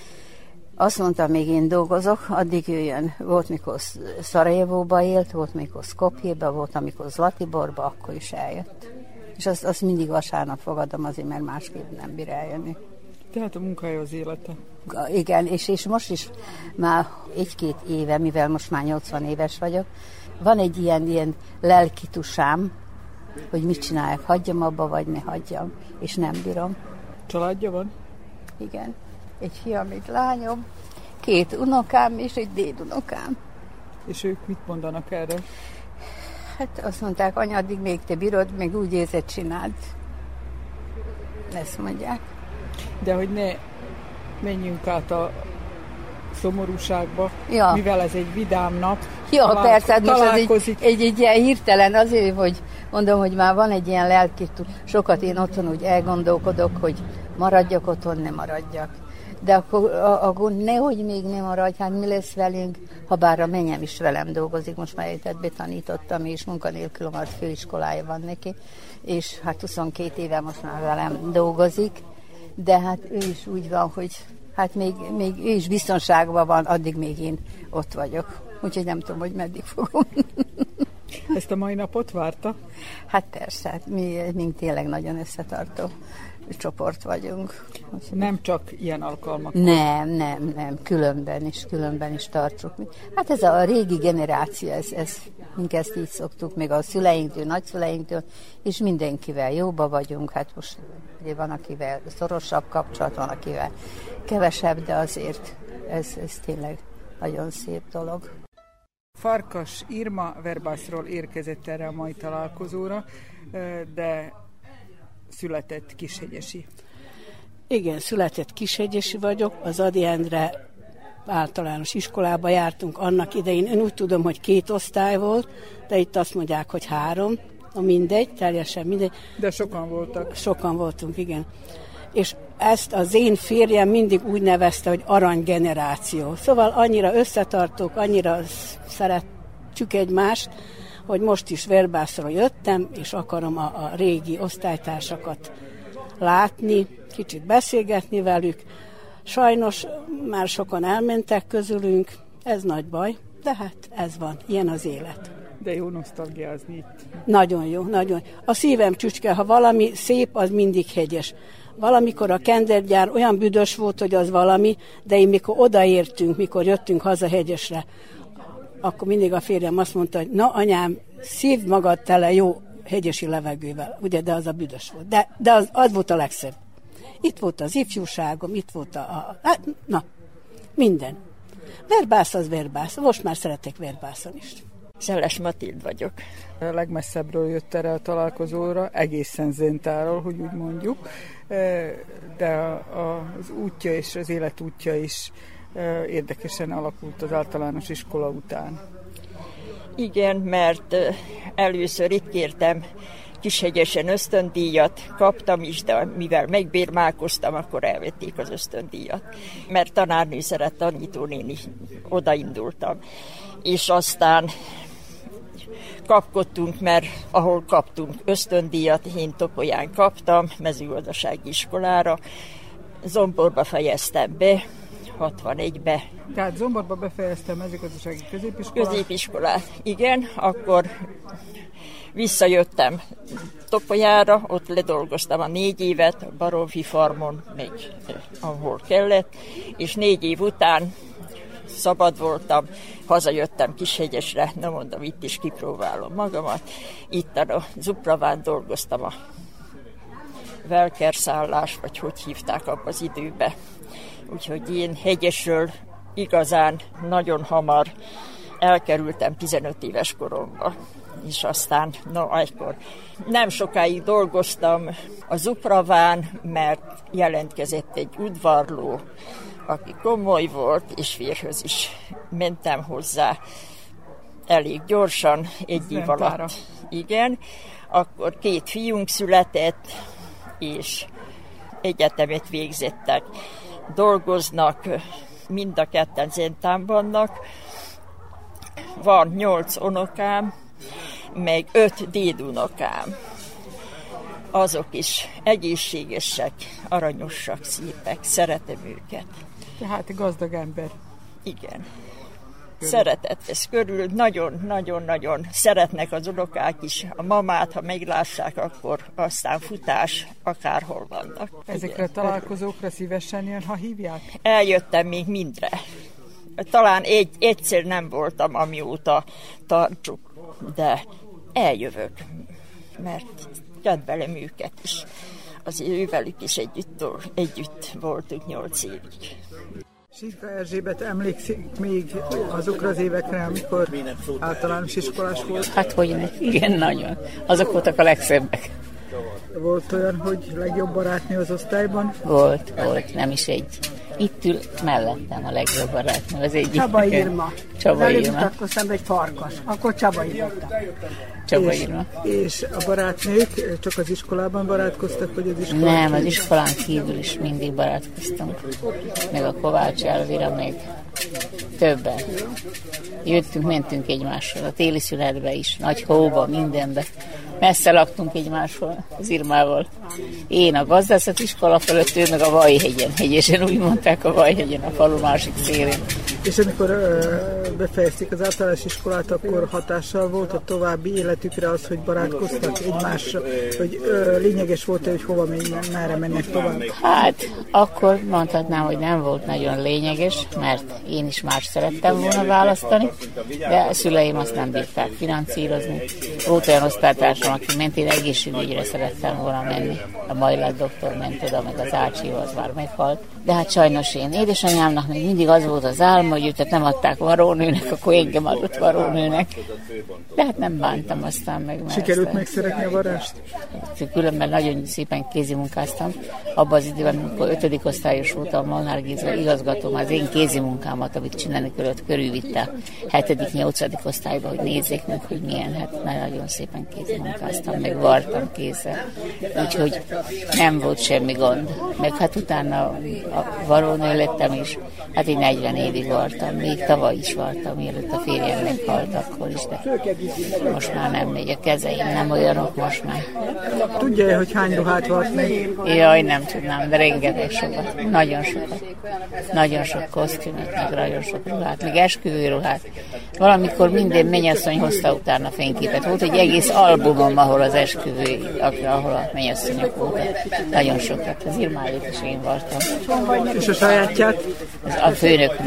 J: Azt mondta, még én dolgozok, addig jöjjön. Volt, mikor Szarajevóba élt, volt, mikor Skopjéba, volt, amikor Zlatiborba, akkor is eljött. És azt mindig vasárnap fogadom azért, mert másképp nem bír eljönni.
B: Tehát a munkája az élete.
J: Igen, és most is már 1-2 éve, mivel most már 80 éves vagyok, van egy ilyen lelkitusám, hogy mit csináljak, hagyjam abba, vagy ne hagyjam, és nem bírom.
B: Családja van?
J: Igen. Egy fiam, egy lányom, 2 unokám és egy dédunokám.
B: És ők mit mondanak erre?
J: Hát azt mondták, anya, addig még te bírod, még úgy érzed, csináld. Ezt mondják.
B: De hogy ne menjünk át a szomorúságba,
J: ja.
B: Mivel ez egy vidám nap.
J: Ja, persze, most ez egy ilyen hirtelen azért, hogy mondom, hogy már van egy ilyen lelkitú. Sokat én otthon úgy elgondolkodok, hogy maradjak otthon, ne maradjak. De akkor nehogy még nem maradj, hát mi lesz velünk, ha bár a menyem is velem dolgozik, most már egyet betanítottam, és munkanélkül már főiskolája van neki, és hát 22 éve most már velem dolgozik, de hát ő is úgy van, hogy hát még ő is biztonságban van, addig még én ott vagyok. Úgyhogy nem tudom, hogy meddig fogom.
B: Ezt a mai napot várta?
J: Hát persze, hát mi tényleg nagyon összetartó csoport vagyunk.
B: Nem csak ilyen alkalmak?
J: Nem, különben is tartsuk. Hát ez a régi generáció, mink ezt így szoktuk, még a szüleinktől, nagyszüleinktől, és mindenkivel jóba vagyunk. Hát most van, akivel szorosabb kapcsolat, van, akivel kevesebb, de azért ez tényleg nagyon szép dolog.
B: Farkas Irma Verbászról érkezett erre a mai találkozóra, de született Kishegyesi.
K: Igen, született Kishegyesi vagyok, az Ady Endre általános iskolába jártunk annak idején. Én úgy tudom, hogy 2 osztály volt, de itt azt mondják, hogy 3, mindegy, teljesen mindegy.
B: De sokan voltak.
K: Sokan voltunk, igen. És ezt az én férjem mindig úgy nevezte, hogy aranygeneráció. Szóval annyira összetartók, annyira szeretjük egymást, hogy most is Verbászra jöttem, és akarom a régi osztálytársakat látni, kicsit beszélgetni velük. Sajnos már sokan elmentek közülünk, ez nagy baj, de hát ez van, ilyen az élet.
B: De jó nosztalgiázni itt.
K: Nagyon jó, nagyon. A szívem csücske, ha valami szép, az mindig hegyes. Valamikor a kendergyár olyan büdös volt, hogy az valami, de én mikor odaértünk, mikor jöttünk haza Hegyesre, akkor mindig a férjem azt mondta, hogy na anyám, szívd magad tele jó hegyesi levegővel, ugye, de az a büdös volt. De az volt a legszebb. Itt volt az ifjúságom, itt volt minden. Verbász az verbász, most már szeretek verbászon is.
L: Szeles Matild vagyok.
B: A legmesszebbről jött erre a találkozóra, egészen Zentáról, hogy úgy mondjuk, de az útja és az életútja is érdekesen alakult az általános iskola után.
L: Igen, mert először itt kértem Kishegyesen ösztöndíjat, kaptam is, de mivel megbérmálkoztam, akkor elvették az ösztöndíjat. Mert tanárnő szeret, tanítónéni, odaindultam. És aztán kapkodtunk, mert ahol kaptunk ösztöndíjat, én Topolyán kaptam, mezőgazdasági iskolára. Zomborba fejeztem be, 61-be.
B: Tehát Zomborba befejeztem mezőgazdasági középiskolát?
L: Középiskolát, igen, akkor visszajöttem Topolyára, ott ledolgoztam a 4 évet, a Baromfi farmon, meg ahol kellett, és 4 év után szabad voltam, hazajöttem Kishegyesre, na mondom, itt is kipróbálom magamat. Itt a Zupraván dolgoztam a Velkerszállás, vagy hogy hívták abban az időben. Úgyhogy én Hegyesről igazán nagyon hamar elkerültem 15 éves koromba. És aztán, egykor nem sokáig dolgoztam a Zupraván, mert jelentkezett egy udvarló, aki komoly volt, és férjhöz is mentem hozzá elég gyorsan, 1 év alatt. Igen, akkor 2 fiunk született, és egyetemet végzettek. Dolgoznak, mind a ketten Zentán vannak. Van 8 unokám, meg 5 dédunokám. Azok is egészségesek, aranyosak, szépek, szeretem őket.
B: Tehát gazdag ember.
L: Igen. Szeretet vesz körül, nagyon-nagyon-nagyon szeretnek az unokák is. A mamát, ha meglássák, akkor aztán futás, akárhol vannak.
B: Ezekre a találkozókra szívesen jön, ha hívják?
L: Eljöttem még mindre. Talán egyszer nem voltam, amióta tartsuk, de eljövök, mert kedvelem őket is. Az ővelük is együtt voltunk 8 évig.
B: Sirka Erzsébet emlékszik még azokra az évekre, amikor általános iskolás volt?
M: Hát hogyne, igen, nagyon. Azok voltak a legszebbek.
B: Volt olyan, hogy legjobb barátnő az osztályban?
M: Volt, nem is egy. Itt ül mellettem a legjobb barátnő, az egyik.
K: Csaba Irma.
M: Előbb
K: mutatkoztam egy farkas, akkor Csaba Irma.
B: És a barátnők csak az iskolában barátkoztak, vagy az iskolán
M: Nem, az iskolán kívül is mindig barátkoztunk. Meg a Kovács Elvira, meg többen. Jöttünk, mentünk egymással, a téli szünetbe is, nagy hóba, mindenbe. Messze laktunk egymásról, az Irmával. Én a gazdászat iskola fölött, ő meg a Vajhegyen. Hegyesen úgy mondták, a Vajhegyen, a falu másik szélén.
B: És amikor befejezték az általános iskolát, akkor hatással volt a további életükre az, hogy barátkoztak egymásra, hogy lényeges volt, hogy hova menjen, merre mennek tovább?
M: Hát, akkor mondhatnám, hogy nem volt nagyon lényeges, mert én is más szerettem volna választani, de a szüleim azt nem bírták financírozni. Volt olyan osztálytársam, aki ment, én egészségügyre szerettem volna menni. A Majlát doktor ment oda, meg az Ácsival, az már meghalt. De hát sajnos én édesanyámnak még mindig az volt az álma, hogy őt nem adták varónőnek, akkor engem adott varónőnek. De hát nem bántam aztán meg.
B: Sikerült megszeretni a varást?
M: Különben nagyon szépen kézimunkáztam. Abban az időben, amikor 5. osztályos voltam, Molnár Géza igazgatóm az én kézimunkámat, amit csinálni kellett, körülvitte 7.-8. osztályba, hogy nézzék meg, hogy milyen. Hát nagyon szépen kézimunkáztam, meg vartam kézzel. Úgyhogy nem volt semmi gond. Meg hát utána a varónő lettem, és hát én 40 évig vartam. Még tavaly is vartam, mielőtt a férjem meghalt akkor is, de most már nem megy a kezeim, nem olyanok most már.
B: Tudja, hogy hány ruhát vart még?
M: Jaj, nem tudnám, de rengeteg sokat. Nagyon sokat. Nagyon sok kosztümöt, meg nagyon sok ruhát, meg esküvőruhát. Valamikor minden mennyasszony hozta utána fényképet. Volt egy egész albumom, ahol az esküvő, ahol a mennyasszonyok voltak. Nagyon sokat. Az Irmájét is én vartam.
B: És a sajátját?
M: A főnöknőm,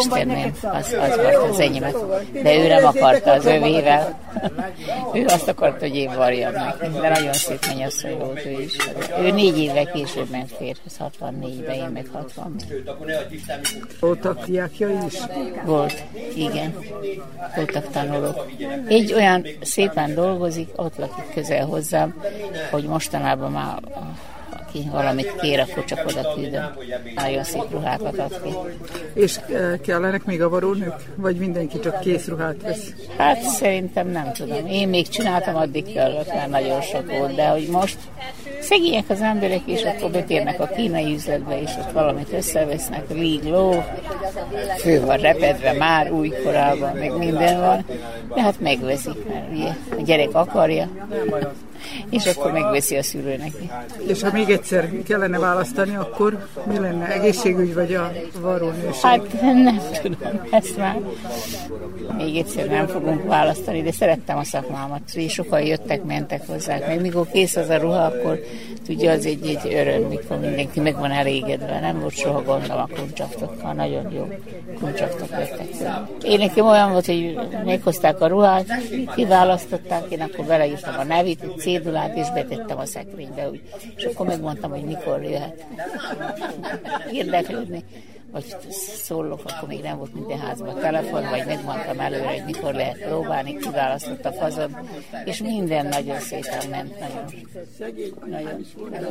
M: testvérnőm, az volt az enyémet. De ő nem akarta az övével. Ő azt akarta, hogy én varjam neki. De nagyon szép mennyasszony volt ő is. Ő 4 évvel később ment férjhez, 64-ben, én meg 60-ban.
B: Voltak diákjai is?
M: Volt, igen. Voltak tanulók. Egy olyan szépen dolgozik, ott lakik közel hozzám, hogy mostanában már aki valamit kér, akkor csak oda küldöm. Nagyon szép ruhákat ad ki.
B: És kellenek még a varónők? Vagy mindenki csak készruhát vesz?
M: Hát szerintem nem tudom. Én még csináltam, addig kellett, mert nagyon sok volt, de hogy most szegények az emberek, és akkor betérnek a kínai üzletbe, és ott valamit összevesznek, Lig-ló, fő van repedve már újkorában, meg minden van, de hát megveszik, mert ugye a gyerek akarja, és akkor megveszi a szülő neki.
B: És ha még egyszer kellene választani, akkor mi lenne? Egészségügy vagy a varónőség?
M: Hát nem tudom, ezt már még egyszer nem fogunk választani, de szerettem a szakmámat, és sokan jöttek, mentek hozzák, meg mikor kész az a ruha, akkor tudja, az egy öröm, mikor mindenki meg van elégedve, nem volt soha gondom a kuncsaftokkal, nagyon jó kuncsaftok lettek. Én nekem olyan volt, hogy meghozták a ruhát, kiválasztották, én akkor beleírtam a nevét, egy cédulát, és betettem a szekrénybe, úgy. És akkor megmondtam, hogy mikor jöhet érdeklődni, vagy szólok, akkor még nem volt minden házban telefon, vagy megmondtam előre, hogy mikor lehet próbálni, kiválasztott a fazon, és minden nagyon szépen ment, nagyon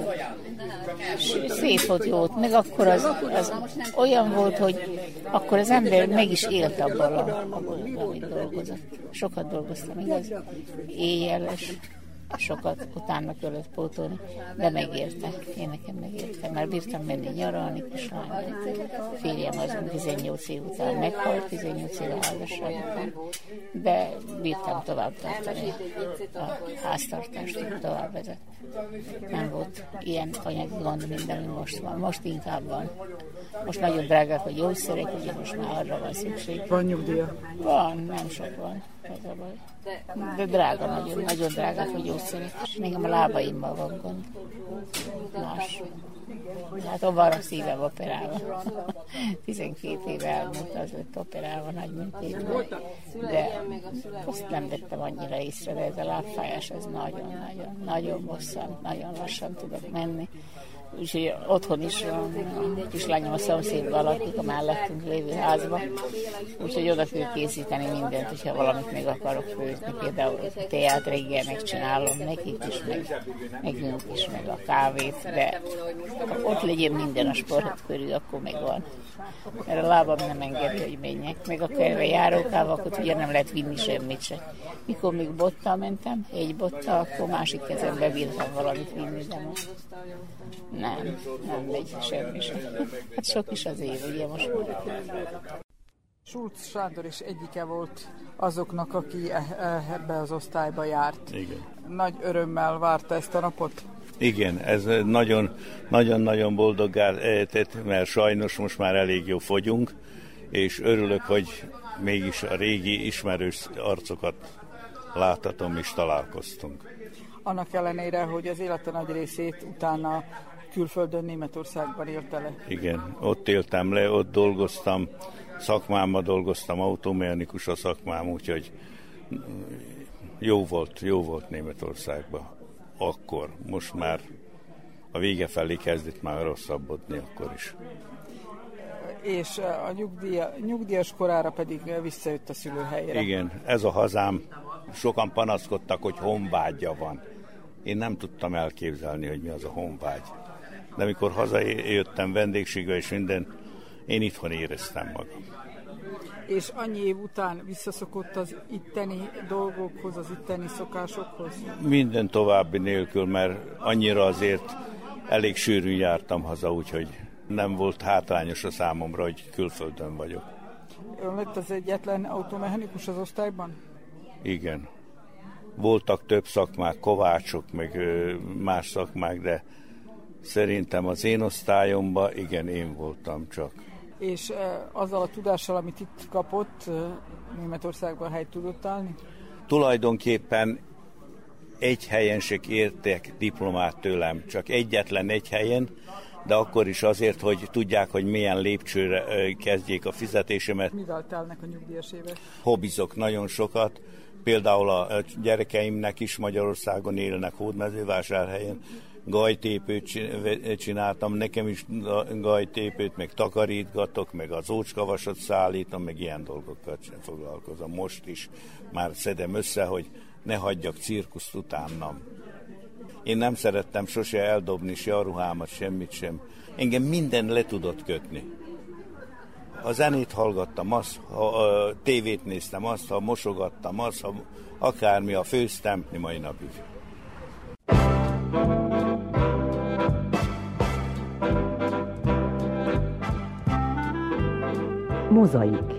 M: szép volt, jó volt, meg akkor az olyan volt, hogy akkor az ember meg is élt abban, amit dolgozott. Sokat dolgoztam, igaz? Éjjeles. Sokat utána kellett pótolni, de megérte. Én nekem megérte, mert bírtam menni nyaralni, és férjem az 18 év után meghalt, 18 év házasság után, de bírtam tovább tartani a háztartást, tovább vezet. Nem volt ilyen anyagi gond, mint ami most van. Most inkább van. Most nagyon drágák a gyógyszerek, ugye most már arra van szükség.
B: Van nyugdíja?
M: Van, nem sok van. Ez a baj. De drága, nagyon drágák a gyógyszerek. Nekem a lábaimmal van gond. Más. Hát abban a szívem operálva. 12 éve elmúlt, az lett operálva nagy műtétben. De azt nem vettem annyira észre, de ez a lábfájás, ez nagyon bosszant, nagyon lassan tudok menni. Úgyhogy otthon is a kislányom a szomszédban lakik, a mellettünk lévő házban, úgyhogy oda kell készíteni mindent, hogyha valamit meg akarok főzni, például teát reggel megcsinálom nekik is, nekünk is, meg a kávét, de ott legyen minden a sport körül, akkor megvan. Mert a lábam nem engedi, hogy menjek. Meg akár a járókávakat ugye nem lehet vinni semmit se. Mikor még bottal mentem, egy bottal, akkor másik kezembe bírtam valamit vinni, de most nem megy semmi sem. Hát sok is az év, ugye most már.
B: Schulz Sándor is egyike volt azoknak, aki ebbe az osztályba járt.
N: Igen.
B: Nagy örömmel várta ezt a napot?
N: Igen, ez nagyon-nagyon boldoggá tett, mert sajnos most már elég jó fogyunk, és örülök, hogy mégis a régi ismerős arcokat láthatom és találkoztunk.
B: Annak ellenére, hogy az élete nagy részét utána külföldön, Németországban élte le.
N: Igen, ott éltem le, ott dolgoztam, szakmámban dolgoztam, automechanikus a szakmám, úgyhogy jó volt Németországban. Akkor, most már a vége felé kezdett már rosszabbodni akkor is.
B: És a nyugdíjas korára pedig visszajött a szülőhelyre.
N: Igen, ez a hazám. Sokan panaszkodtak, hogy honvágya van. Én nem tudtam elképzelni, hogy mi az a honvágy. De amikor hazajöttem vendégségbe és minden, én itthon éreztem magam.
B: És annyi év után visszaszokott az itteni dolgokhoz, az itteni szokásokhoz?
N: Minden további nélkül, mert annyira azért elég sűrűn jártam haza, úgyhogy nem volt hátrányos a számomra, hogy külföldön vagyok.
B: Ön lett az egyetlen automechanikus az osztályban?
N: Igen. Voltak több szakmák, kovácsok, meg más szakmák, de szerintem az én osztályomban, igen, én voltam csak.
B: És azzal a tudással, amit itt kapott, Németországban helyt tudott állni?
N: Tulajdonképpen egy helyen se kértek diplomát tőlem, csak egyetlen egy helyen, de akkor is azért, hogy tudják, hogy milyen lépcsőre kezdjék a fizetésemet.
B: Mivel telnek a nyugdíjas évek?
N: Hobbizok nagyon sokat. Például a gyerekeimnek is Magyarországon élnek, Hódmezővásárhelyen. Gajtépőt csináltam, nekem is gajtépőt, meg takarítgatok, meg az ócskavasot szállítom, meg ilyen dolgokkal foglalkozom. Most is már szedem össze, hogy ne hagyjak cirkuszt utánam. Én nem szerettem sose eldobni se a ruhámat, semmit sem. Engem minden le tudott kötni. A zenét hallgattam, ha tévét néztem, ha mosogattam, ha akármi, ha főztem, mai napig.
A: Mozaik.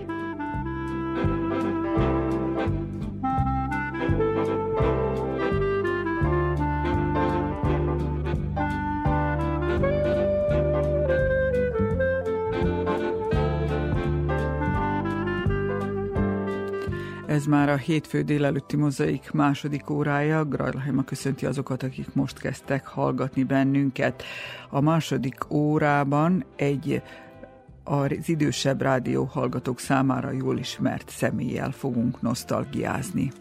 B: Ez már a hétfő délelőtti Mozaik második órája. Grajlheima köszönti azokat, akik most kezdtek hallgatni bennünket. A második órában az idősebb rádióhallgatók számára jól ismert személlyel fogunk nosztalgiázni.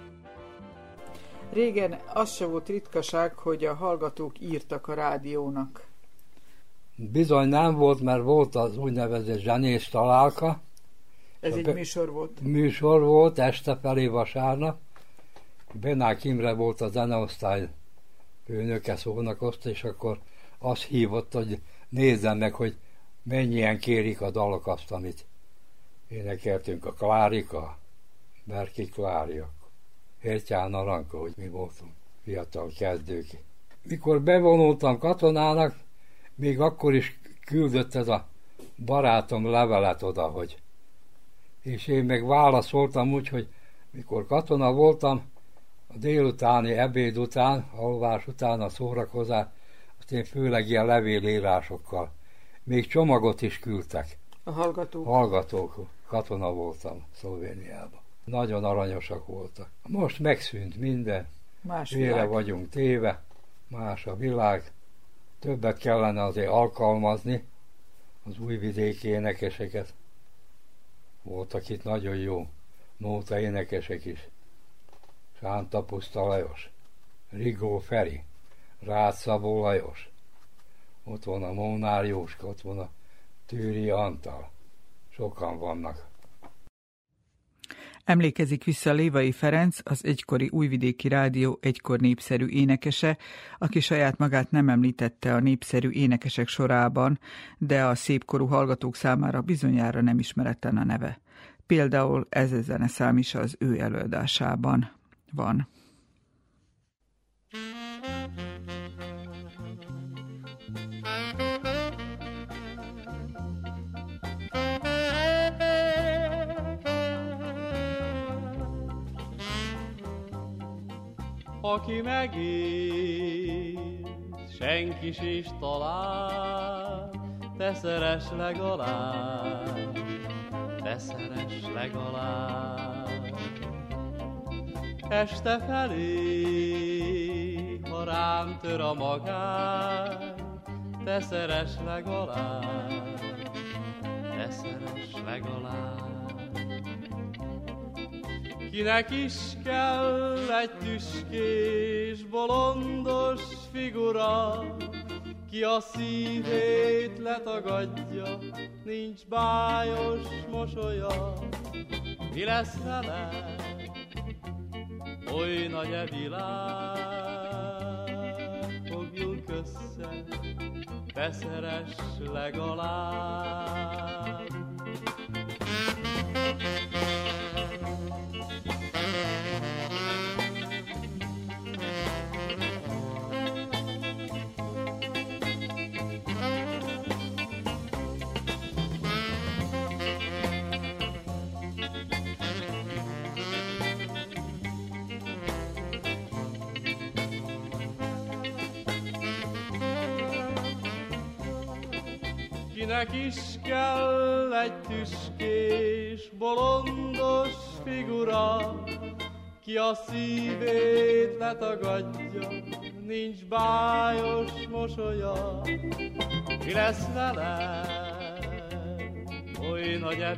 B: Régen az se volt ritkaság, hogy a hallgatók írtak a rádiónak.
D: Bizony nem volt, mert volt az úgynevezett zsenés találka.
B: Ez egy műsor volt?
D: Műsor volt, este felé vasárnap. Benák Imre volt a zeneosztály főnöke, szónokozt, és akkor azt hívott, hogy nézzem meg, hogy mennyien kérik a dalok azt, amit énekeltünk. A Klárika, Berki Kláriak, Értyán Aranka, hogy mi voltunk fiatal kezdők. Mikor bevonultam katonának, még akkor is küldött ez a barátom levelet oda, hogy és én meg válaszoltam úgy, hogy mikor katona voltam, a délutáni ebéd után, alvás után, a szórakozás, azt én főleg ilyen levélírásokkal. Még csomagot is küldtek.
B: A hallgatók?
D: Hallgatók. Katona voltam Szlovéniában. Nagyon aranyosak voltak. Most megszűnt minden.
B: Más
D: Félre
B: világ.
D: vagyunk téve, más a világ. Többet kellene azért alkalmazni az újvidéki énekeseket. Voltak itt nagyon jó nóta énekesek is. Sánta Puszta Lajos, Rigó Feri, Rácz Szabó Lajos, ott van a Mónár Jóska, ott van a Tűri Antal. Sokan vannak.
B: Emlékezik vissza Lévai Ferenc, az egykori Újvidéki Rádió egykor népszerű énekese, aki saját magát nem említette a népszerű énekesek sorában, de a szépkorú hallgatók számára bizonyára nem ismeretlen a neve. Például ez a zeneszám is az ő előadásában van.
O: Aki megír, senki s is talál, te szeress legalább, te szeress legalább. Este felé, ha rám tör a magány, te szeress legalább, te szeress legalább. Kinek is kell egy tüskés, bolondos figura, ki a szívét letagadja, nincs bájos mosolya. Mi lesz vele, oly nagy e világ, fogjunk össze, te szeress legalább. Kinek is kell egy tüskés, bolondos figura, ki a szívét letagadja, nincs bájos mosolya. Mi lesz vele, oly nagy-e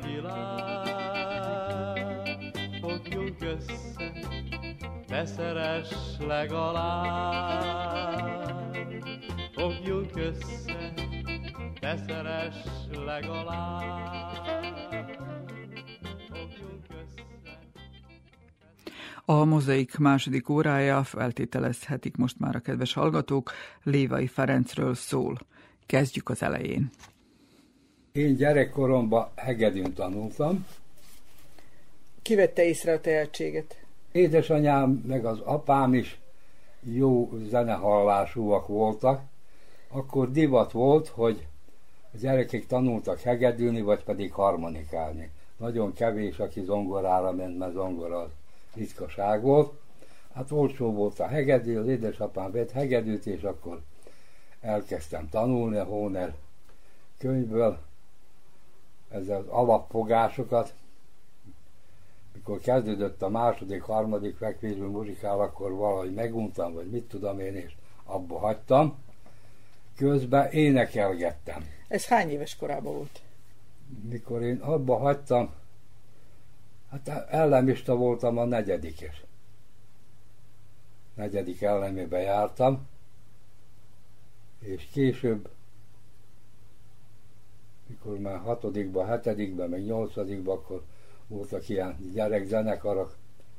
O: világ? Fogjunk össze, ne szeress legalább. Fogjunk össze, ne szeress legalább. Fogjunk össze.
B: A Mozaik második órája, feltételezhetik most már a kedves hallgatók, Lévai Ferencről szól. Kezdjük az elején.
D: Én gyerekkoromban hegedűn tanultam.
B: Ki vette észre a tehetséget?
D: Édesanyám meg az apám is jó zenehallásúak voltak. Akkor divat volt, hogy a gyerekek tanultak hegedülni, vagy pedig harmonikálni. Nagyon kevés, aki zongorára ment, mert zongora az ritkaság volt. Hát olcsó volt a hegedű, az édesapám vett hegedűt, és akkor elkezdtem tanulni a Hóner könyvből ezzel az alapfogásokat. Mikor kezdődött a második, harmadik fekvésből muzsikál, akkor valahogy meguntam, vagy mit tudom én, és abba hagytam. Közben énekelgettem.
B: Ez hány éves korában volt?
D: Mikor én abba hagytam, hát ellemista voltam a negyedikes. Negyedik ellemébe jártam, és később, mikor már hatodikba, hetedikbe, meg nyolcadikba, akkor voltak ilyen gyerekzenekarok,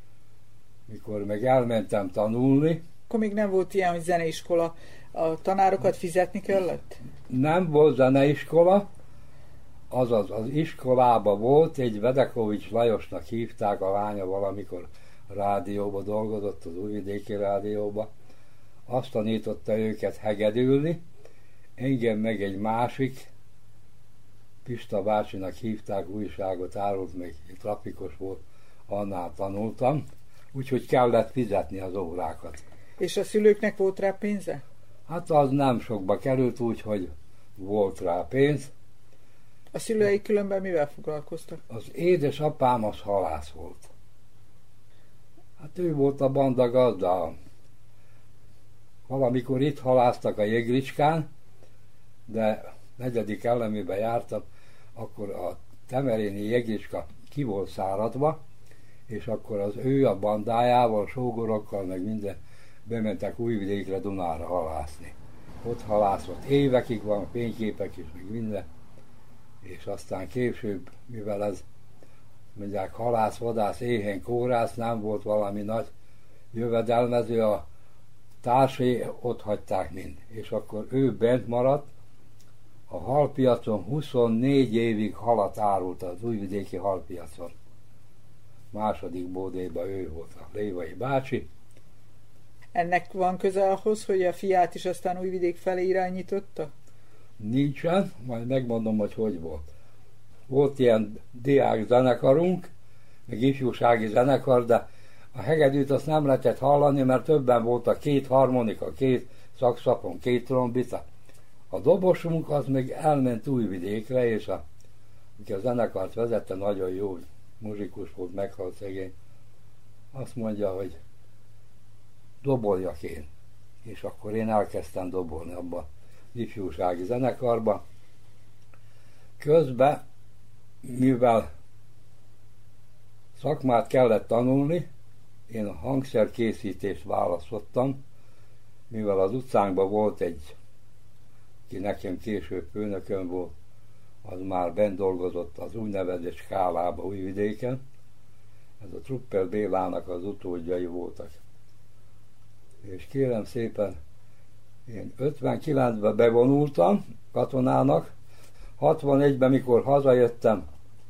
D: mikor meg elmentem tanulni.
B: Akkor még nem volt ilyen, hogy zeneiskola, a tanárokat fizetni kellett?
D: Nem volt zeneiskola, azaz az iskolában volt, egy Vedekovics Lajosnak hívták, a lánya valamikor rádióba dolgozott, az Újvidéki Rádióba. Azt tanította őket hegedülni, engem meg egy másik, Pista bácsinak hívták, újságot árult, még trafikos volt, annál tanultam, úgyhogy kellett fizetni az órákat.
B: És a szülőknek volt rá pénze?
D: Hát az nem sokba került, úgyhogy volt rá pénz.
B: A szülői különben mivel foglalkoztak?
D: Az édesapám az halász volt. Hát ő volt a banda gazda. Valamikor itt halásztak a Jégricskán, de negyedik ellemébe jártam, akkor a temeréni Jégricska ki volt száradva, és akkor az ő a bandájával, sógorokkal, meg minden bementek Újvidékre Dunára halászni. Ott halászott évekig, van fényképek is, meg minden, és aztán később, mivel ez mondják halász, vadász, éhén, kórász, nem volt valami nagy jövedelmező, a társai ott hagyták mind, és akkor ő bent maradt, a halpiacon 24 évig halat árult az újvidéki halpiacon. Második bódéban ő volt a Lévai bácsi.
B: Ennek van köze ahhoz, hogy a fiát is aztán Újvidék felé irányította?
D: Nincsen, majd megmondom, hogy volt. Volt ilyen diák zenekarunk, meg ifjúsági zenekar, de a hegedűt azt nem lehetett hallani, mert többen voltak, 2 harmonika, 2 szaxofon, 2 trombita. A dobosunk az még elment Újvidékre, és aki a zenekart vezette, nagyon jó muzsikus volt, meghalt szegény. Azt mondja, hogy doboljak én. És akkor én elkezdtem dobolni abba az ifjúsági zenekarba. Közben, mivel szakmát kellett tanulni, én a hangszerkészítést választottam, mivel az utcánkban volt egy, ki nekem később főnökön volt, az már bent dolgozott az úgynevezett Skálába Újvidéken. Ez a Truppel Bélának az utódjai voltak. És kérem szépen, én 59-ben bevonultam katonának, 61-ben, mikor hazajöttem,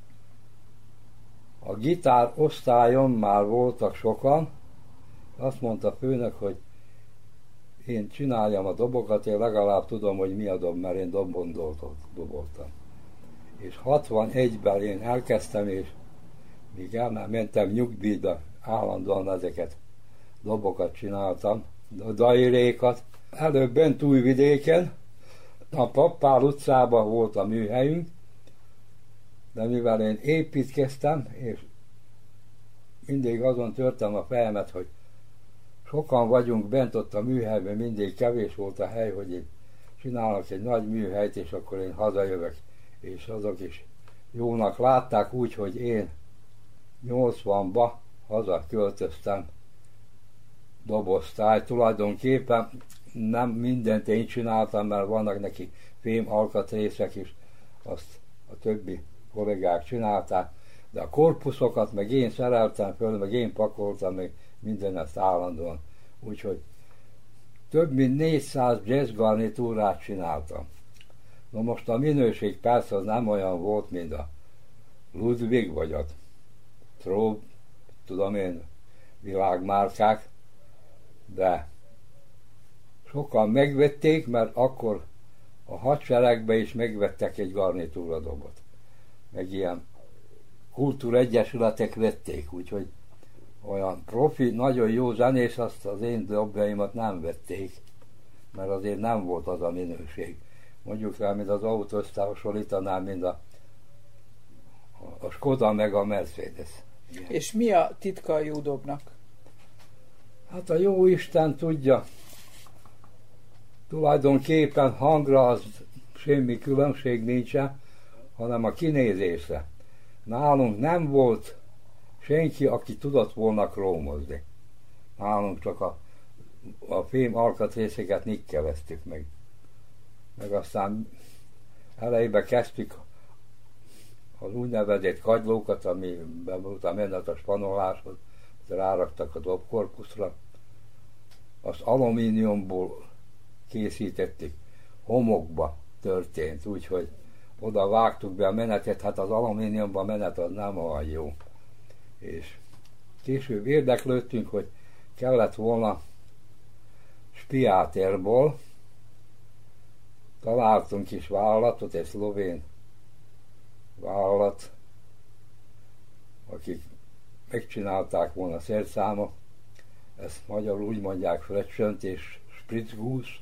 D: a gitár osztályon már voltak sokan, azt mondta a főnök, hogy én csináljam a dobokat, én legalább tudom, hogy mi a dob, mert én dobon doboltam. És 61-ben én elkezdtem, és míg mentem nyugdíjba, állandóan ezeket dobokat csináltam, dairékat. Előbb bent Újvidéken, a Pappál utcában volt a műhelyünk, de mivel én építkeztem, és mindig azon törtem a fejemet, hogy sokan vagyunk bent ott a műhelyben, mindig kevés volt a hely, hogy én csinálnak egy nagy műhelyt, és akkor én hazajövök, és azok is jónak látták úgy, hogy én 80-ba haza költöztem dobosztály. Tulajdonképpen nem mindent én csináltam, mert vannak neki fém alkatrészek is, azt a többi kollégák csinálták, de a korpuszokat meg én szereltem föl, meg én pakoltam, meg minden ezt állandóan. Úgyhogy több mint 400 jazzgarnitúrát csináltam. Na most a minőség persze az nem olyan volt, mint a Ludwig vagy a Traub, tudom én, világmárkák, de sokan megvették, mert akkor a hadseregbe is megvettek egy garnitúradobot. Meg ilyen kultúregyesületek vették, úgyhogy olyan profi, nagyon jó zenész, azt az én dobjaimat nem vették, mert azért nem volt az a minőség. Mondjuk rá, mint az autó összehasonlítanám, mint a Skoda meg a Mercedes.
B: Igen. És mi a titka a jó dobnak?
D: Hát a jó Isten tudja. Tulajdonképpen hangra az semmi különbség nincsen, hanem a kinézésre. Nálunk nem volt senki, aki tudott volna krómozni. Nálunk csak a fém alkatrészeket nikkeleztük meg. Meg aztán elejébe kezdtük az úgynevezett kagylókat, amiben volt a menet a spanoláshoz, ráraktak a dobkorpuszra. Azt alumíniumból készítettük, homokba történt, úgyhogy oda vágtuk be a menetet, hát az alumíniumban menet az nem olyan jó. És később érdeklődtünk, hogy kellett volna Spiáterból, találtunk is vállalatot, egy szlovén vállalat, akik megcsinálták volna szerszámot, ezt magyarul úgy mondják Fretsönt és Spritzguss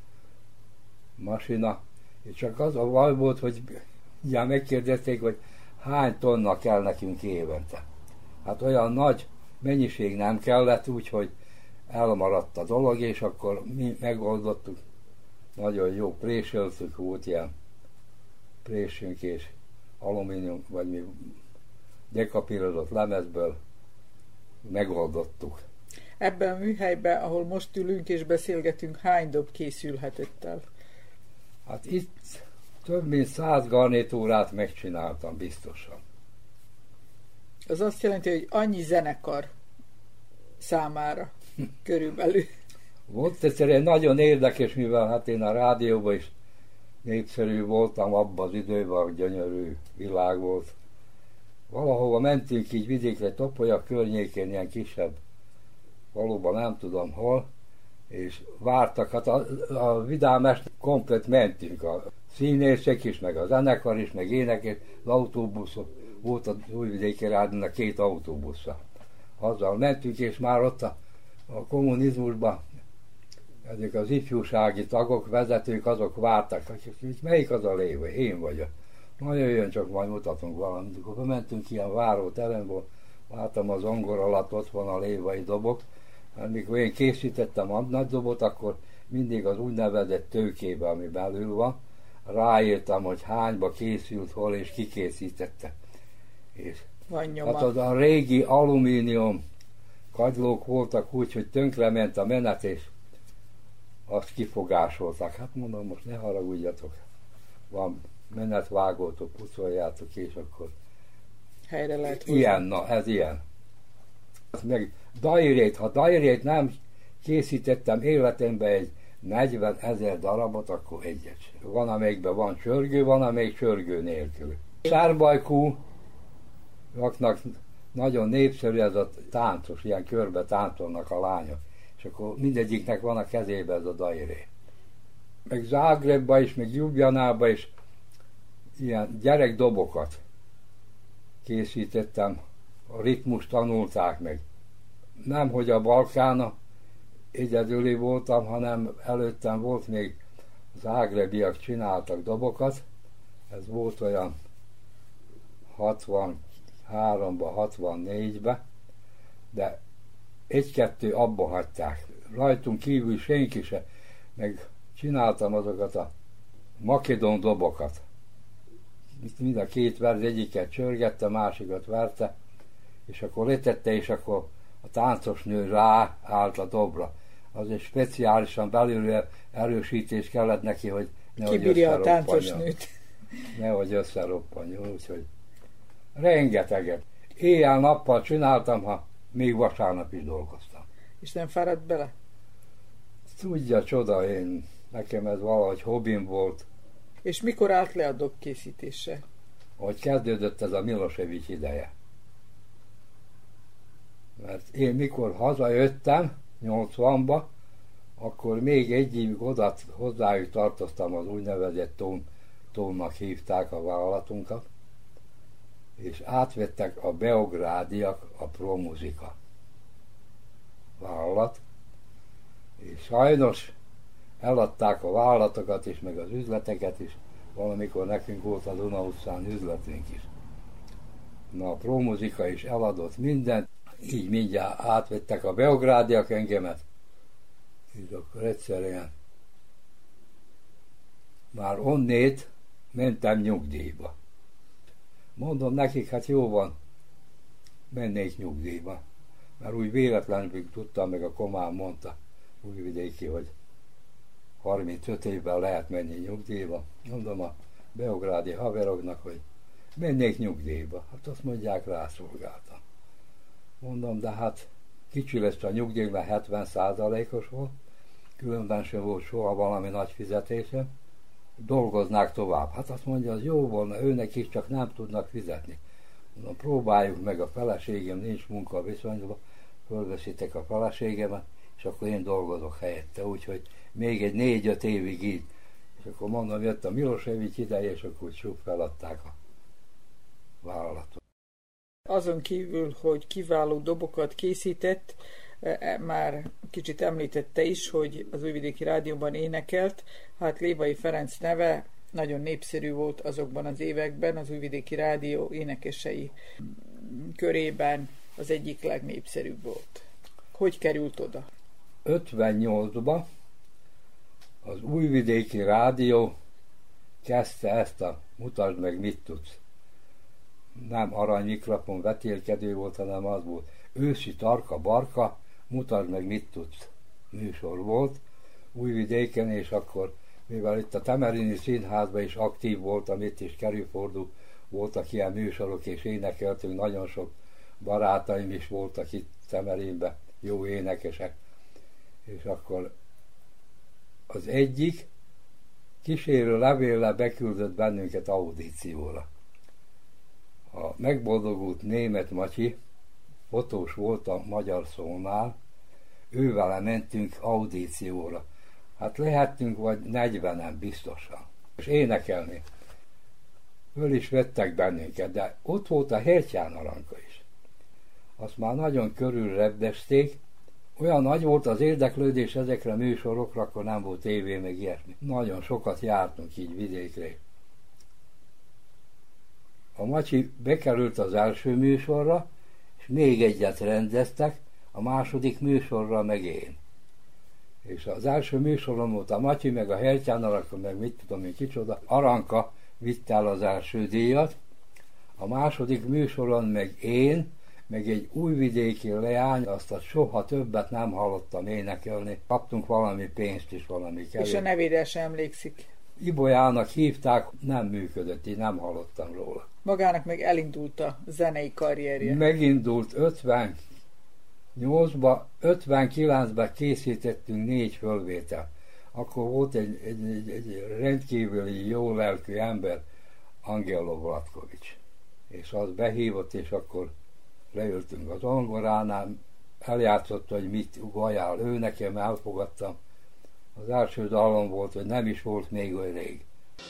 D: masina, és csak az a baj volt, hogy ugye megkérdezték, hogy hány tonna kell nekünk évente. Hát olyan nagy mennyiség nem kellett, úgyhogy elmaradt a dolog, és akkor mi megoldottuk, nagyon jó présöltük, volt ilyen présünk és alumínium, vagy mi dekapírozott lemezből megoldottuk.
B: Ebben a műhelyben, ahol most ülünk és beszélgetünk, hány dob készülhetett el?
D: Hát itt több mint 100 garnitúrát megcsináltam biztosan.
B: Az azt jelenti, hogy annyi zenekar számára körülbelül.
D: Volt egyszer egy nagyon érdekes, mivel hát én a rádióban is népszerű voltam abban az időben, gyönyörű világ volt. Valahova mentünk így vidékre, Topolya környékén, ilyen kisebb, valóban nem tudom hol, és vártak, hát a Vidám komplet mentünk, a színészek is, meg a zenekar is, meg énekes, az autóbuszok, volt az Újvidéki Rádiónak 2 autóbusza. Azzal mentünk, és már ott a kommunizmusban ezek az ifjúsági tagok, vezetők, azok vártak, hogy melyik az a lévő, én vagyok. Na jöjjön, csak majd mutatunk valamit. Akkor bementünk ilyen váróteremből, láttam az zongor alatt ott van a lévai dobok, mert mikor én készítettem a nagy dobot, akkor mindig az úgynevezett tőkébe, ami belül van, ráírtam, hogy hányba készült, hol és ki készítette. És hát az a régi alumínium kagylók voltak úgy, hogy tönkrement a menet, és azt kifogásolták. Hát mondom, most ne haragudjatok, van menetvágótok, pucoljátok, és akkor
B: helyre lehet hozni.
D: Ilyen, na ez ilyen. Meg dairét, ha dairét nem készítettem életemben egy 40 000 darabot, akkor egyet. Van, amelyikben van csörgő, van, amelyik csörgő nélkül. Sárbajkúaknak nagyon népszerű ez a táncos, ilyen körbe táncolnak a lányok, és akkor mindegyiknek van a kezébe ez a dairé. Meg Zágrebba is, meg Ljubljanába is ilyen gyerekdobokat készítettem, a ritmust tanulták meg. Nem, hogy a Balkána egyedüli voltam, hanem előttem volt még zágrebiak csináltak dobokat. Ez volt olyan 63-ba, 64-be, de egy-kettő abba hagyták. Rajtunk kívül senki se, meg csináltam azokat a makedón dobokat. Mind a két verz, egyiket csörgette, a másikat verte, és akkor letette, és akkor a táncosnő ráállt a dobra. Azért speciálisan belülről erősítés kellett neki, hogy
B: nehogy a táncosnőt.
D: Nehogy összeroppanjon, úgyhogy rengeteget. Éjjel-nappal csináltam, ha még vasárnap is dolgoztam.
B: És nem fáradt bele?
D: Tudja, csoda, nekem ez valahogy hobbim volt.
B: És mikor állt le a dob készítése?
D: Ahogy kezdődött ez a Milosevic ideje. Mert én mikor hazajöttem, 80-ba, akkor még egy évig hozzájuk tartoztam, az úgynevezett tónnak hívták a vállalatunkat, és átvettek a beográdiak a Promuzika vállalat, és sajnos eladták a vállalatokat is, meg az üzleteket is, valamikor nekünk volt a Duna utcán üzletünk is. Na, a Promuzika is eladott mindent, így mindjárt átvettek a beográdiak engemet, és akkor egyszerűen már onnét mentem nyugdíjba. Mondom nekik, hát jó van, mennék nyugdíjba. Mert úgy véletlenül tudtam, meg a Komán mondta Újvidéki, hogy 35 évben lehet menni nyugdíjba. Mondom a beográdi haveroknak, hogy mennék nyugdíjba. Hát azt mondják, rászolgáltam. Mondom, de hát kicsi lesz a nyugdíj, mert 70%-os volt, különben sem volt soha valami nagy fizetésem. Dolgoznák tovább. Hát azt mondja, az jó volna, őnek is csak nem tudnak fizetni. Mondom, próbáljuk meg, a feleségem nincs munka viszonyban, fölveszitek a feleségemet, és akkor én dolgozok helyette, úgyhogy még egy 4-5 évig így. És akkor mondom, jött a Milosevic ideje, és akkor csak feladták a vállalatot.
B: Azon kívül, hogy kiváló dobokat készített, már kicsit említette is, hogy az Újvidéki Rádióban énekelt, hát Lévai Ferenc neve nagyon népszerű volt azokban az években, az Újvidéki Rádió énekesei körében az egyik legnépszerűbb volt. Hogy került oda?
D: 58-ban az Újvidéki Rádió kezdte ezt a mutasd meg, mit tudsz. Nem aranymikrofon vetélkedő volt, hanem az volt. Őszi tarka-barka, mutasd meg, mit tudsz műsor volt Újvidéken, és akkor, mivel itt a Temerini Színházban is aktív voltam, itt is kerülfordul, voltak ilyen műsorok, és énekeltünk, nagyon sok barátaim is voltak itt Temerinben, jó énekesek, és akkor az egyik kísérő levéllel beküldött bennünket audícióra. A megboldogult Németh Matyi, fotós volt a Magyar Szónál, ővele mentünk audícióra. Hát lehettünk vagy 40-en biztosan. És énekelni. Föl is vettek bennünket, de ott volt a Hertyán Aranka is. Azt már nagyon körülrebdezték. Olyan nagy volt az érdeklődés ezekre a műsorokra, akkor nem volt tévé, meg ilyesmi. Nagyon sokat jártunk így vidékre. A Matyi bekerült az első műsorra, és még egyet rendeztek, a második műsorra meg én. És az első műsoron volt a Matyi, meg a Hertyán Aranka, meg mit tudom én kicsoda. Aranka vitt el az első díjat, a második műsoron meg én, meg egy újvidéki leány, azt soha többet nem hallottam énekelni. Kaptunk valami pénzt is, valami kevés.
B: És a nevére sem emlékszik.
D: Ibolyának hívták, nem működött, így nem hallottam róla.
B: Magának meg elindult a zenei karrierje.
D: Megindult 58-ba, 59-ben készítettünk 4 fölvétel. Akkor volt egy rendkívüli jó lelkű ember, Angelo Vlatkovics. És az behívott, és akkor leültünk az zongoránál, eljátszott, hogy mit ajánl ő, nekem elfogadtam. Az első dalom volt, hogy nem is volt még olyan rég.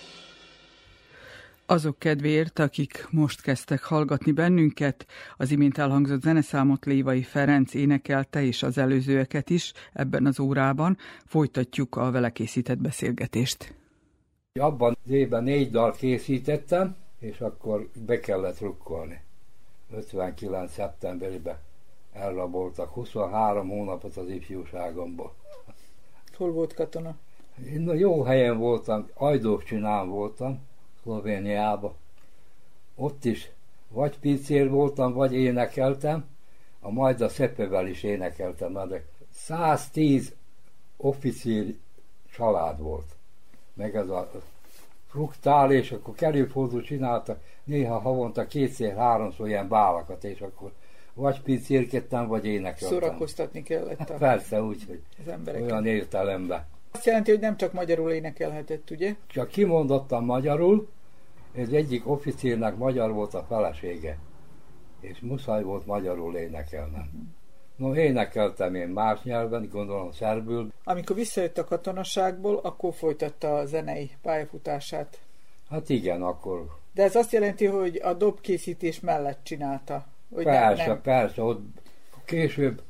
B: Azok kedvéért, akik most kezdtek hallgatni bennünket, az imént elhangzott zeneszámot Lévai Ferenc énekelte, és az előzőeket is ebben az órában. Folytatjuk a vele készített beszélgetést.
D: Abban az évben 4 dal készítettem, és akkor be kellett rukkolni. 59. szeptemberében elraboltak 23 hónapot az ifjúságomból.
B: Hol volt katona?
D: Én jó helyen voltam, Ajdovcsinán voltam, Szlovéniában. Ott is vagy pincér voltam, vagy énekeltem, a Majda Szepevel is énekeltem, de 110 officír család volt. Meg ez a fruktál, és akkor kerülfordul csináltak, néha havonta 2-3 ilyen bálakat, és akkor vagy pincérkedtem, vagy énekeltem.
B: Szórakoztatni kellett.
D: Persze, úgyhogy olyan értelemben.
B: Azt jelenti, hogy nem csak magyarul énekelhetett, ugye?
D: Csak kimondottan magyarul, ez egyik officírnak magyar volt a felesége, és muszáj volt magyarul énekelnem. No, énekeltem én más nyelven, gondolom szerbül.
B: Amikor visszajött a katonaságból, akkor folytatta a zenei pályafutását.
D: Hát igen, akkor.
B: De ez azt jelenti, hogy a dobkészítés mellett csinálta? Hogy
D: persze, persze. Ott később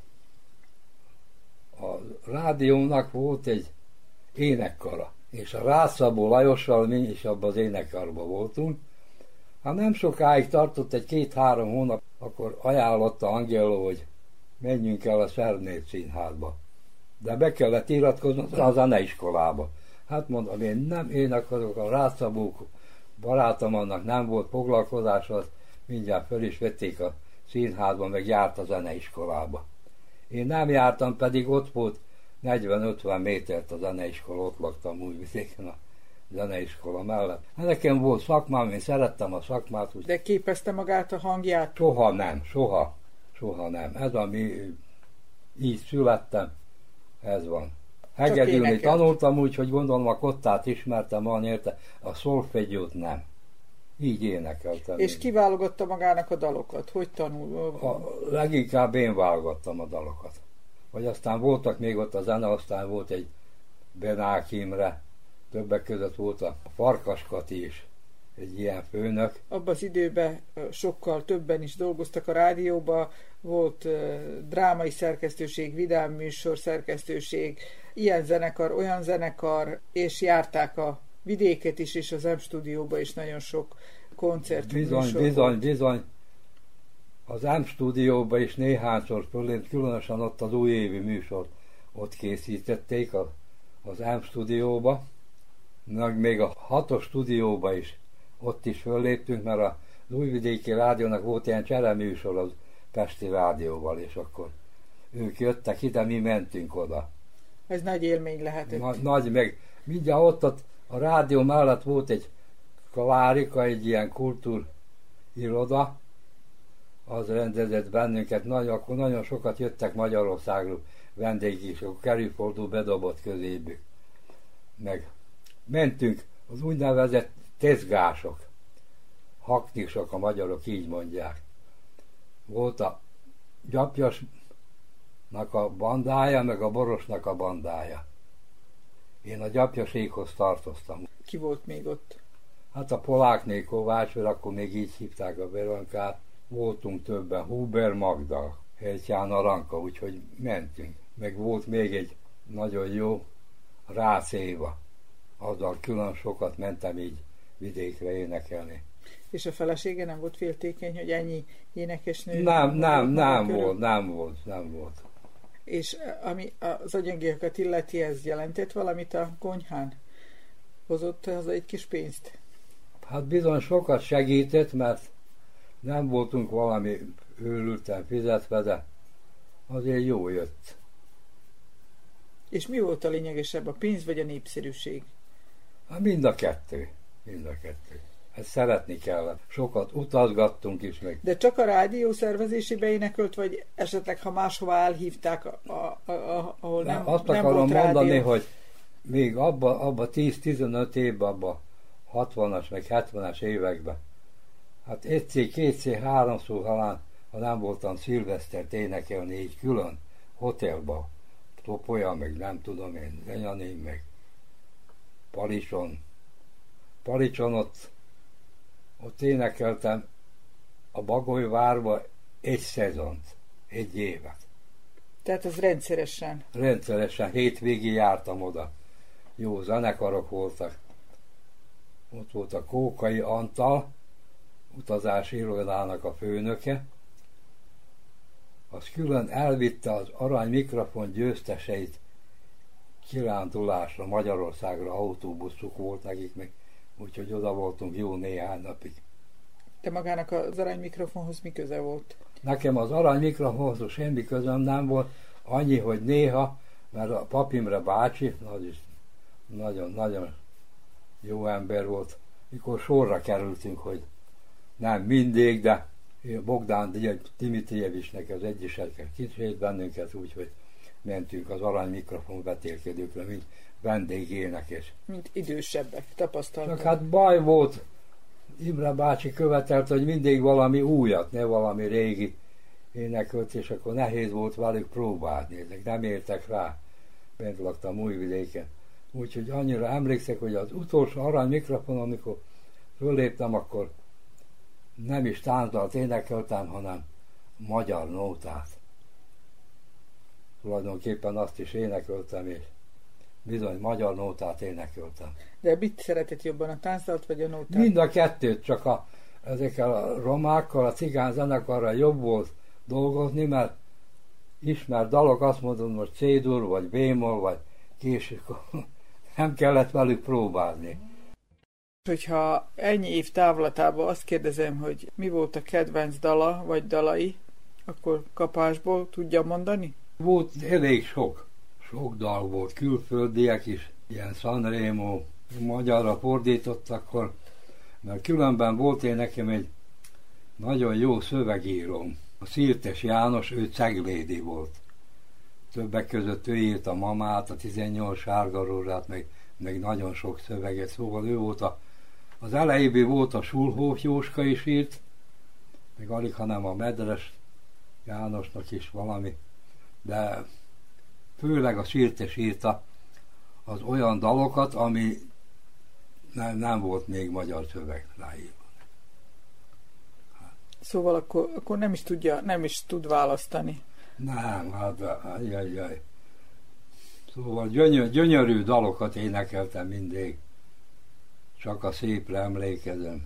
D: a rádiónak volt egy énekkara, és a Rászabó Lajossal mi is abban az énekkarban voltunk. Hát nem sokáig tartott, egy 2-3 hónap, akkor ajánlotta Angelo, hogy menjünk el a Szerb Színházba. De be kellett iratkozni a zeneiskolába. Hát mondom, én nem énekelok, a Rászabók barátom, annak nem volt foglalkozása, mindjárt föl is vették a színházba, meg járt a zeneiskolába. Én nem jártam, pedig ott volt 40-50 métert a zeneiskola, ott laktam Újvidéken a zeneiskola mellett. Nekem volt szakmám, én szerettem a szakmát. Úgy...
B: De képezte magát a hangját?
D: Soha nem, soha nem. Ez, ami így születtem, ez van. Hegedülni tanultam úgy, hogy gondolom a kottát ismertem, van érte, a szolfeggiót nem. Így énekeltem.
B: És ki válogatta magának a dalokat? Hogy tanul?
D: Leginkább én válogattam a dalokat. Vagy aztán voltak még ott a zene, aztán volt egy Benák Imre, többek között volt a Farkas Kati is, egy ilyen főnök.
B: Abban az időben sokkal többen is dolgoztak a rádióban, volt drámai szerkesztőség, vidám műsor szerkesztőség, ilyen zenekar, olyan zenekar, és járták a vidéket is, és az M-stúdióba is nagyon sok koncert.
D: Bizony. Az M-stúdióba is néhányszor fölért, különösen ott az újévi műsort ott készítették az M-stúdióba, meg még a 6-os stúdióba is ott is fölléptünk, mert az Újvidéki Rádiónak volt ilyen csereműsor az Pesti Rádióval, és akkor ők jöttek ide, mi mentünk oda.
B: Ez nagy élmény lehetett.
D: Nagy, meg mindjárt ott a rádió mellett volt egy Klárika, egy ilyen kultúriroda, az rendezett bennünket, akkor nagyon sokat jöttek Magyarországról vendégek is, akkor kerülfordul bedobott közébük. Meg mentünk az úgynevezett tezgások, haknisok, a magyarok így mondják. Volt a Gyapjasnak a bandája, meg a Borosnak a bandája. Én a Gyapjasékhoz tartoztam.
B: Ki volt még ott?
D: Hát a Polákné Kovács, mert akkor még így hívták a Veronkát. Voltunk többen, Huber Magda, Heltyán Aranka, úgyhogy mentünk. Meg volt még egy nagyon jó Rácz Éva. Azzal külön sokat mentem így vidékre énekelni.
B: És a felesége nem volt féltékeny, hogy ennyi énekesnő?
D: Nem volt.
B: És ami az agyangiakat illeti, ez jelentett valamit a konyhán? Hozott haza egy kis pénzt?
D: Hát bizony sokat segített, mert nem voltunk valami őrülten fizetve, de azért jó jött.
B: És mi volt a lényegesebb, a pénz vagy a népszerűség?
D: Hát mind a kettő. Ezt szeretni kellett. Sokat utazgattunk is meg.
B: De csak a rádió szervezésébe énekült, vagy esetleg, ha máshova elhívták, ahol nem
D: azt
B: nem
D: akarom
B: volt
D: mondani,
B: rádió.
D: hogy még abba 10-15 évben, abba 60-as, meg 70-es években, hát egyszer, háromszor, ha nem voltam szilvesztert énekelni így külön hotelba, Topolya, meg nem tudom én, Zenyani, meg Palicson ott énekeltem a Bagolyvárba egy szezont, egy évet.
B: Tehát az rendszeresen?
D: Rendszeresen, hétvégig jártam oda. Jó zenekarok voltak. Ott volt a Kókai Antal, utazási irodának a főnöke, az külön elvitte az arany mikrofon győzteseit kirándulásra, Magyarországra, autóbuszok volt nekik meg, úgyhogy oda voltunk jó néhány napig.
B: Te magának az arany mikrofonhoz mi köze volt?
D: Nekem az arany mikrofonhoz semmi közöm nem volt, annyi, hogy néha, mert a Papimre bácsi, nagyon jó ember volt, mikor sorra kerültünk, hogy nem mindig, de Bogdán Dimitrijevicsnek az egyisekkel kísért bennünket, úgyhogy mentünk az arany mikrofon vetélkedőkre, mint vendégénekes.
B: Mint idősebbek, tapasztaltak.
D: Csak hát baj volt, Imre bácsi követelt, hogy mindig valami újat, ne valami régi énekelt, és akkor nehéz volt velük próbálni, ezek nem értek rá, bent laktam Újvidéken. Úgyhogy annyira emlékszek, hogy az utolsó arany mikrofon, amikor föléptem, akkor nem is táncdalt énekeltem, hanem magyar nótát. Tulajdonképpen azt is énekeltem, és bizony magyar nótát énekeltem.
B: De mit szeretett jobban, a táncdalt vagy a nótát?
D: Mind a kettőt, csak ezekkel a romákkal, a cigány zenekarral jobb volt dolgozni, mert ismert dalok, azt mondom, most C-dur, vagy B-moll, vagy később, nem kellett velük próbálni.
B: Hogyha ennyi év távlatában azt kérdezem, hogy mi volt a kedvenc dala, vagy dalai, akkor kapásból tudja mondani?
D: Volt elég sok dal volt, külföldiek is, ilyen Sanremo, magyarra fordított akkor, mert különben volt nekem egy nagyon jó szövegíróm. A Szirtes János, ő Ceglédi volt. Többek között ő írt a Mamát, a 18 sárga rózsát, meg nagyon sok szöveget, szóval ő volt az elejében volt a Schulhof Jóska is írt, meg alig, hanem a Medres Jánosnak is valami, de főleg a Szirtes írta az olyan dalokat, ami nem volt még magyar szöveg ráírva.
B: Szóval akkor nem is tud választani.
D: Nem, hát jaj. Szóval gyönyörű dalokat énekeltem mindig. Csak a szépre emlékezem.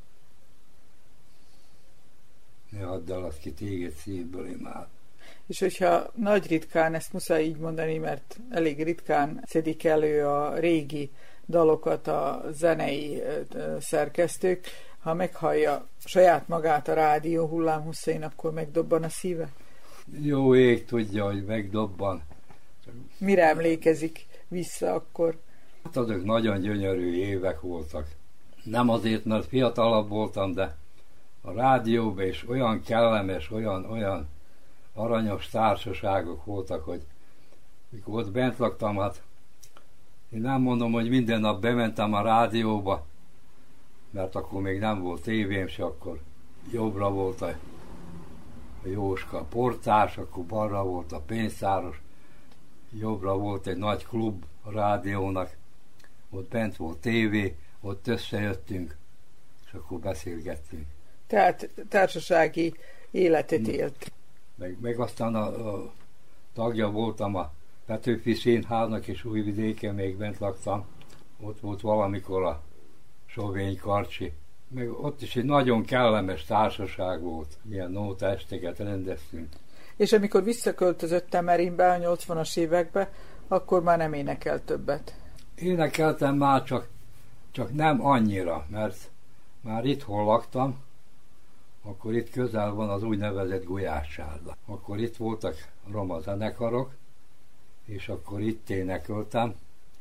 D: Ne add el azt ki téged szívből imád.
B: És hogyha nagy ritkán, ezt muszáj így mondani, mert elég ritkán szedik elő a régi dalokat a zenei szerkesztők, ha meghallja saját magát a rádió hullámhosszain, akkor megdobban a szíve?
D: Jó ég tudja, hogy megdobban.
B: Mire emlékezik vissza akkor?
D: Hát azok nagyon gyönyörű évek voltak. Nem azért, mert fiatalabb voltam, de a rádióban is olyan kellemes, olyan aranyos társaságok voltak, hogy mikor ott bent laktam, hát én nem mondom, hogy minden nap bementem a rádióba, mert akkor még nem volt tévém se, akkor jobbra volt a Jóska portás, akkor balra volt a pénztáros, jobbra volt egy nagy klub a rádiónak, ott bent volt tévé, ott összejöttünk, és akkor beszélgettünk.
B: Tehát társasági életet élt.
D: Meg aztán a tagja voltam a Petőfi Színháznak, és Újvidéken még bent laktam. Ott volt valamikor a Sovény Karcsi. Meg ott is egy nagyon kellemes társaság volt. Ilyen nótaesteket rendeztünk.
B: És amikor visszaköltözött Temerinbe a 80-as években, akkor már nem énekel többet.
D: Énekeltem már, csak nem annyira, mert már itthon laktam, akkor itt közel van az úgynevezett Gulyássárda. Akkor itt voltak roma zenekarok, és akkor itt énekeltem.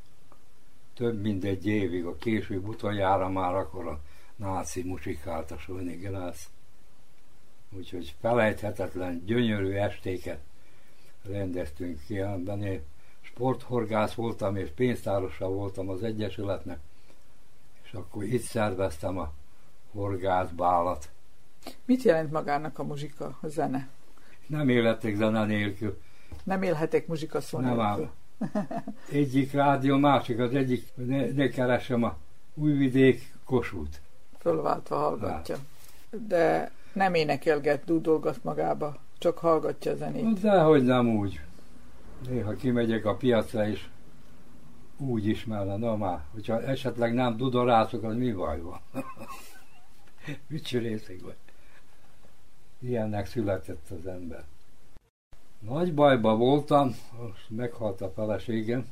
D: Több mint egy évig, a később utoljára már akkor a náci muzsikált a Sóni Grász. Úgyhogy felejthetetlen, gyönyörű estéket rendeztünk ki. Én sporthorgász voltam, és pénztárosa voltam az Egyesületnek, és akkor itt szerveztem a horgászbálat.
B: Mit jelent magának a muzsika, a zene?
D: Nem élhetek zene nélkül.
B: Nem élhetek muzsika szó nélkül.
D: Egyik rádió, másik, az egyik, ne keressem a Újvidék, Kossuth.
B: Fölváltva hallgatja. De nem énekelget, dúdolgat magába, csak hallgatja a zenét.
D: Dehogy nem úgy. Néha kimegyek a piacra, és úgy ismerne, na már, hogyha esetleg nem dudorászok, az mi baj van? Mit csirészek vagy? Ilyennek született az ember. Nagy bajba voltam, most meghalt a feleségem.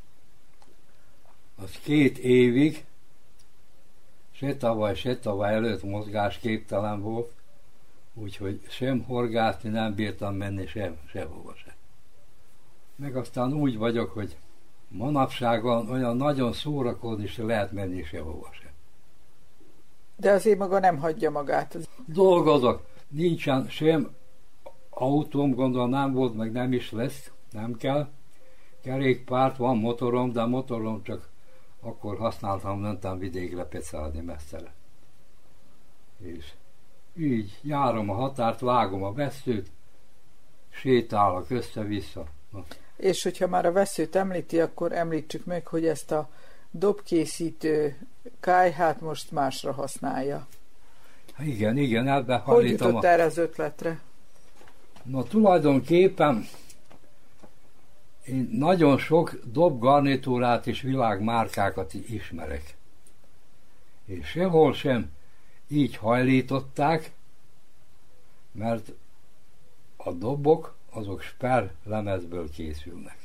D: Az 2 évig, se tavaly előtt mozgásképtelen volt, úgyhogy sem horgászni nem bírtam menni sehova se. Meg aztán úgy vagyok, hogy manapság olyan nagyon szórakozni se lehet menni sehova se.
B: De azért maga nem hagyja magát.
D: Dolgozok, nincsen sem autóm, gondolom nem volt, meg nem is lesz, nem kell. Kerékpárt, van motorom, de motorom csak akkor használtam, mentem vidékre pecálni messzere. És így járom a határt, vágom a vesszőt, sétálok össze-vissza.
B: És hogyha már a vesszőt említi, akkor említsük meg, hogy ezt a dobkészítő kályhát most másra használja.
D: Igen, ebbe
B: hogy jutott erre az ötletre?
D: Na tulajdonképpen én nagyon sok dobgarnitúrát és világmárkákat ismerek. És sehol sem így hajlították, mert a dobok azok sper lemezből készülnek.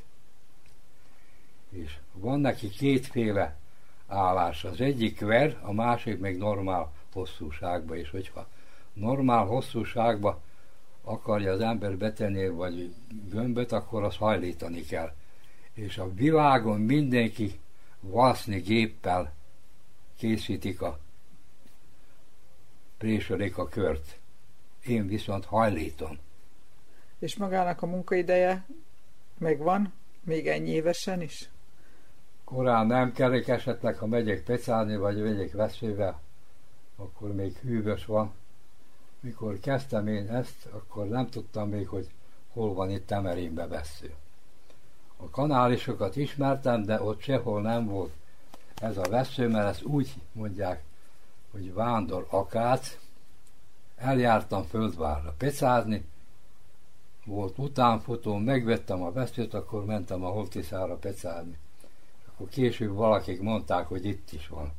D: És van neki 2 féle állás. Az egyik ver, a másik meg normál hosszúságba. És hogyha normál hosszúságba akarja az ember betenni vagy gömböt, akkor azt hajlítani kell. És a világon mindenki vaszni géppel készítik préselik a kört. Én viszont hajlítom.
B: És magának a munkaideje megvan, még ennyi évesen is?
D: Korán nem kerek, esetleg ha megyek pecálni, vagy megyek vesszővel, akkor még hűvös van. Mikor kezdtem én ezt, akkor nem tudtam még, hogy hol van itt Temerinbe vessző. A kanálisokat ismertem, de ott sehol nem volt ez a vessző, mert ezt úgy mondják, hogy vándor akác. Eljártam Földvárra pecázni, volt utánfutó, megvettem a vesszőt, akkor mentem a Holtiszára pecázni. Akkor később valakik mondták, hogy itt is van.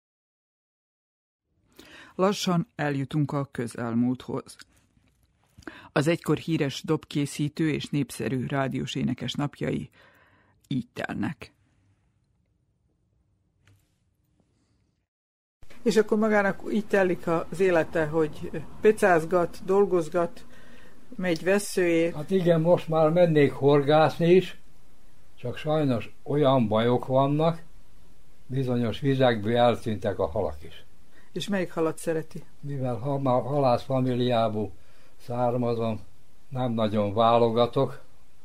B: Lassan eljutunk a közelmúlthoz. Az egykor híres dobkészítő és népszerű rádiós énekes napjai így telnek. És akkor magának így telik az élete, hogy pecázgat, dolgozgat, megy vesszőjét.
D: Hát igen, most már mennék horgászni is, csak sajnos olyan bajok vannak, bizonyos vizekből eltűntek a halak is.
B: És melyik halat szereti?
D: Mivel halász familiából származom, nem nagyon válogatok.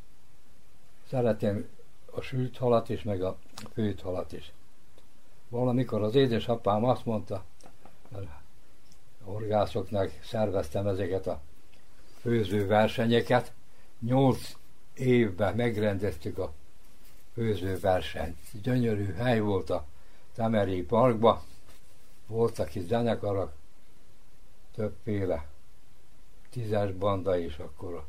D: Szeretem a sült halat is, meg a főtt halat is. Valamikor az édesapám azt mondta, mert horgászoknak szerveztem ezeket a főzőversenyeket, 8 évben megrendeztük a főzőversenyt. Gyönyörű hely volt a Temeri parkba, voltak itt zenekarok, többféle, 10-es banda is, akkor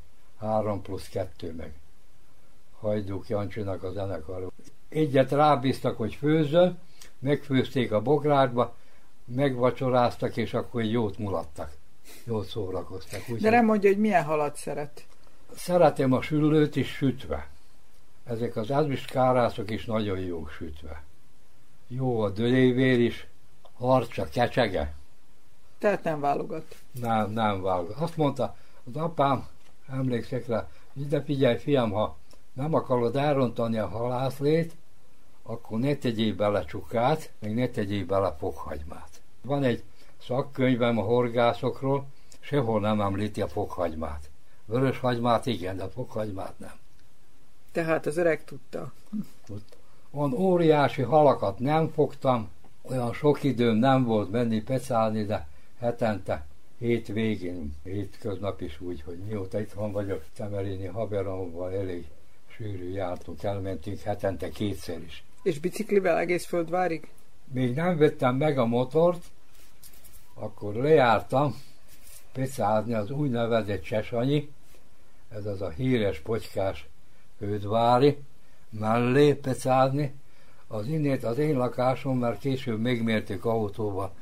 D: 3+2 meg Hajduk Jancsinak a zenekar. Egyet rábíztak, hogy főzzön, megfőzték a bográkba, megvacsoráztak, és akkor jót mulattak, jót szórakoztak.
B: De nem mondja, hogy milyen halat szeret?
D: Szeretem a süllőt is sütve. Ezek az ezüstkárászok is nagyon jók sütve. Jó a dölévér is, harcsa, kecsege.
B: Tehát nem válogat?
D: Nem válogat. Azt mondta az apám, emlékszek rá, ide figyelj fiam, ha nem akarod elrontani a halászlét, akkor ne tegyél bele csukát, meg ne tegyél bele fokhagymát. Van egy szakkönyvem a horgászokról, sehol nem említi a fokhagymát. Vöröshagymát igen, de a fokhagymát nem.
B: Tehát az öreg tudta.
D: Van óriási halakat nem fogtam, olyan sok időm nem volt menni pecálni, de hetente, hétvégén, hétköznap is úgy, hogy mióta itthon vagyok, temerini haverommal elég sűrű jártunk, elmentünk hetente 2-szer is.
B: És biciklivel egész Földvárig?
D: Még nem vettem meg a motort, akkor lejártam pecázni az úgynevezett Csesanyi, ez az a híres pocskás Földvári, mellé pecázni, az innét az én lakásom, mert később megmértük autóval,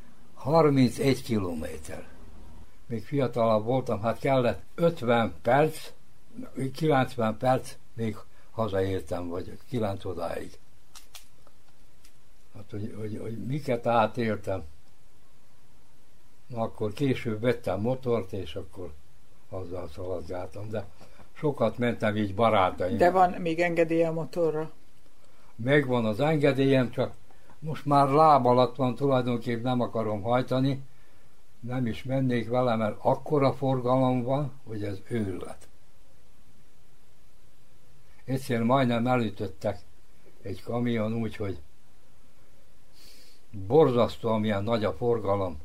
D: 31 kilométer. Még fiatalabb voltam, hát kellett 50 perc 90 perc, még hazaértem, vagy 9 odáig. Hát, hogy miket átéltem. Na, akkor később vettem motort, és akkor azzal szaladgáltam, de sokat mentem így barátaim.
B: De van még engedélye a motorra?
D: Megvan az engedélyem, csak most már láb alatt van, tulajdonképpen nem akarom hajtani, nem is mennék vele, mert akkora forgalom van, hogy ez őrület. Egyszer majdnem elütöttek egy kamion úgy, hogy borzasztóan milyen nagy a forgalom.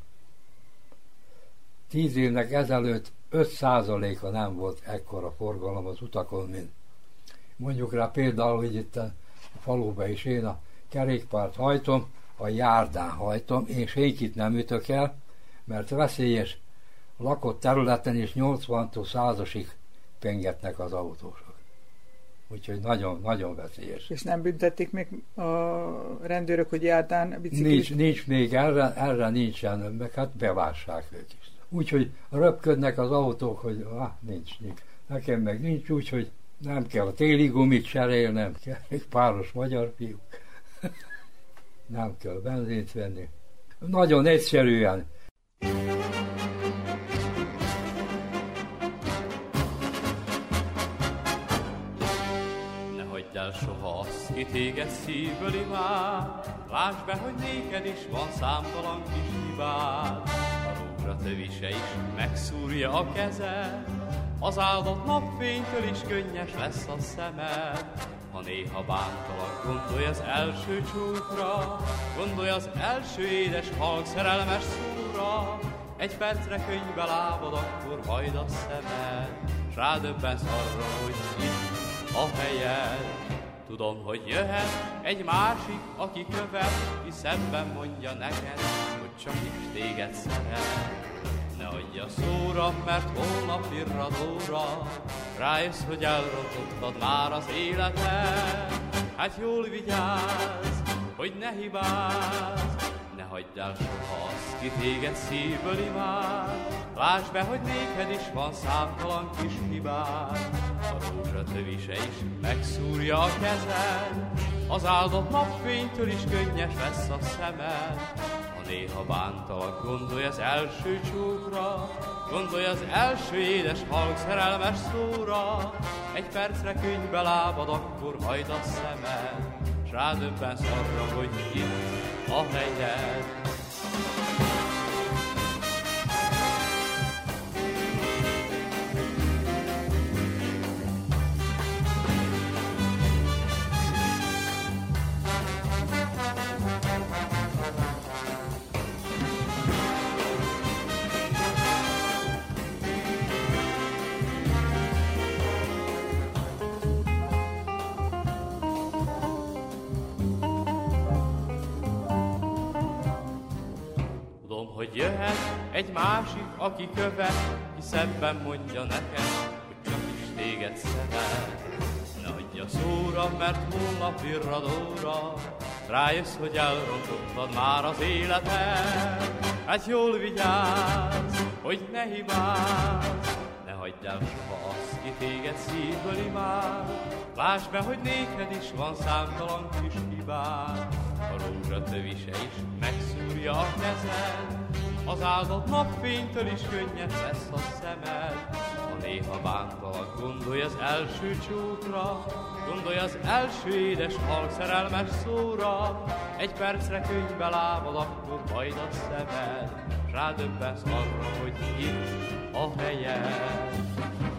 D: 10 évnek ezelőtt 5%-a nem volt ekkora forgalom az utakon, mint mondjuk rá például, hogy itt a faluban is én a kerékpárt hajtom, a járdán hajtom, én senkit nem ütök el, mert veszélyes lakott területen is 80-tól 100-asig pengetnek az autósok. Úgyhogy nagyon veszélyes.
B: És nem büntették még a rendőrök, hogy járdán biciklist?
D: Nincs még, erre nincsen, meg hát bevássák ők is. Úgyhogy röpködnek az autók, hogy nincs. Nekem meg nincs, úgyhogy nem kell a téli gumit cserélnem, kell egy páros magyar fiúk. Nem kell benzint venni. Nagyon egyszerűen.
O: Ne hagyd el soha azt, ki téged szívből imád, lásd be, hogy néked is van számtalan kis hibád. A rózsa tövise is megszúrja a kezed, az áldott napfénytől is könnyes lesz a szemed. Ha néha bántalak, gondolj az első csókra, gondolj az első édes, halk, szerelmes szóra. Egy percre könyvbe lábad, akkor hajd a szemed, s rádöbbensz arra, hogy itt a helyed. Tudom, hogy jöhet egy másik, aki követ, ki szemben mondja neked, hogy csak is téged szeret. Ne adj a szóra, mert holnap irradóra rájössz, hogy elrontottad már az életed. Hát jól vigyázz, hogy ne hibázz, ne hagyd el soha azt, ki téged szívből imád. Lásd be, hogy néked is van számtalan kis hibád. A rózsa tövise is megszúrja a kezed, az áldott napfénytől is könnyes lesz a szemed. Ha néha bántalak, gondolj az első csókra, gondolj az első édes, halk, szerelmes szóra. Egy percre könyvbe lábad, akkor hajd a szemed, s rádöbbensz arra, hogy itt a helyed. Hogy jöhet egy másik, aki követ, ki szebben mondja neked, hogy csak is téged szeret. Ne adj a szóra, mert holnap irradóra rájössz, hogy elrontottad már az életed. Hát jól vigyázz, hogy ne hibázz, ne hagyd el soha azt, ki téged szívből imád. Lásd be, hogy néked is van számtalan kis hibád. A rózsa tövise is megszúrja a kezed, az áldott napfénytől is könnyes lesz a szemed. Ha néha bántalak, gondolj az első csókra, gondolj az első édes, halk, szerelmes szóra. Egy percre könyvbe lábad, akkor hajd a szemed, s rádöbbensz arra, hogy itt a helyed.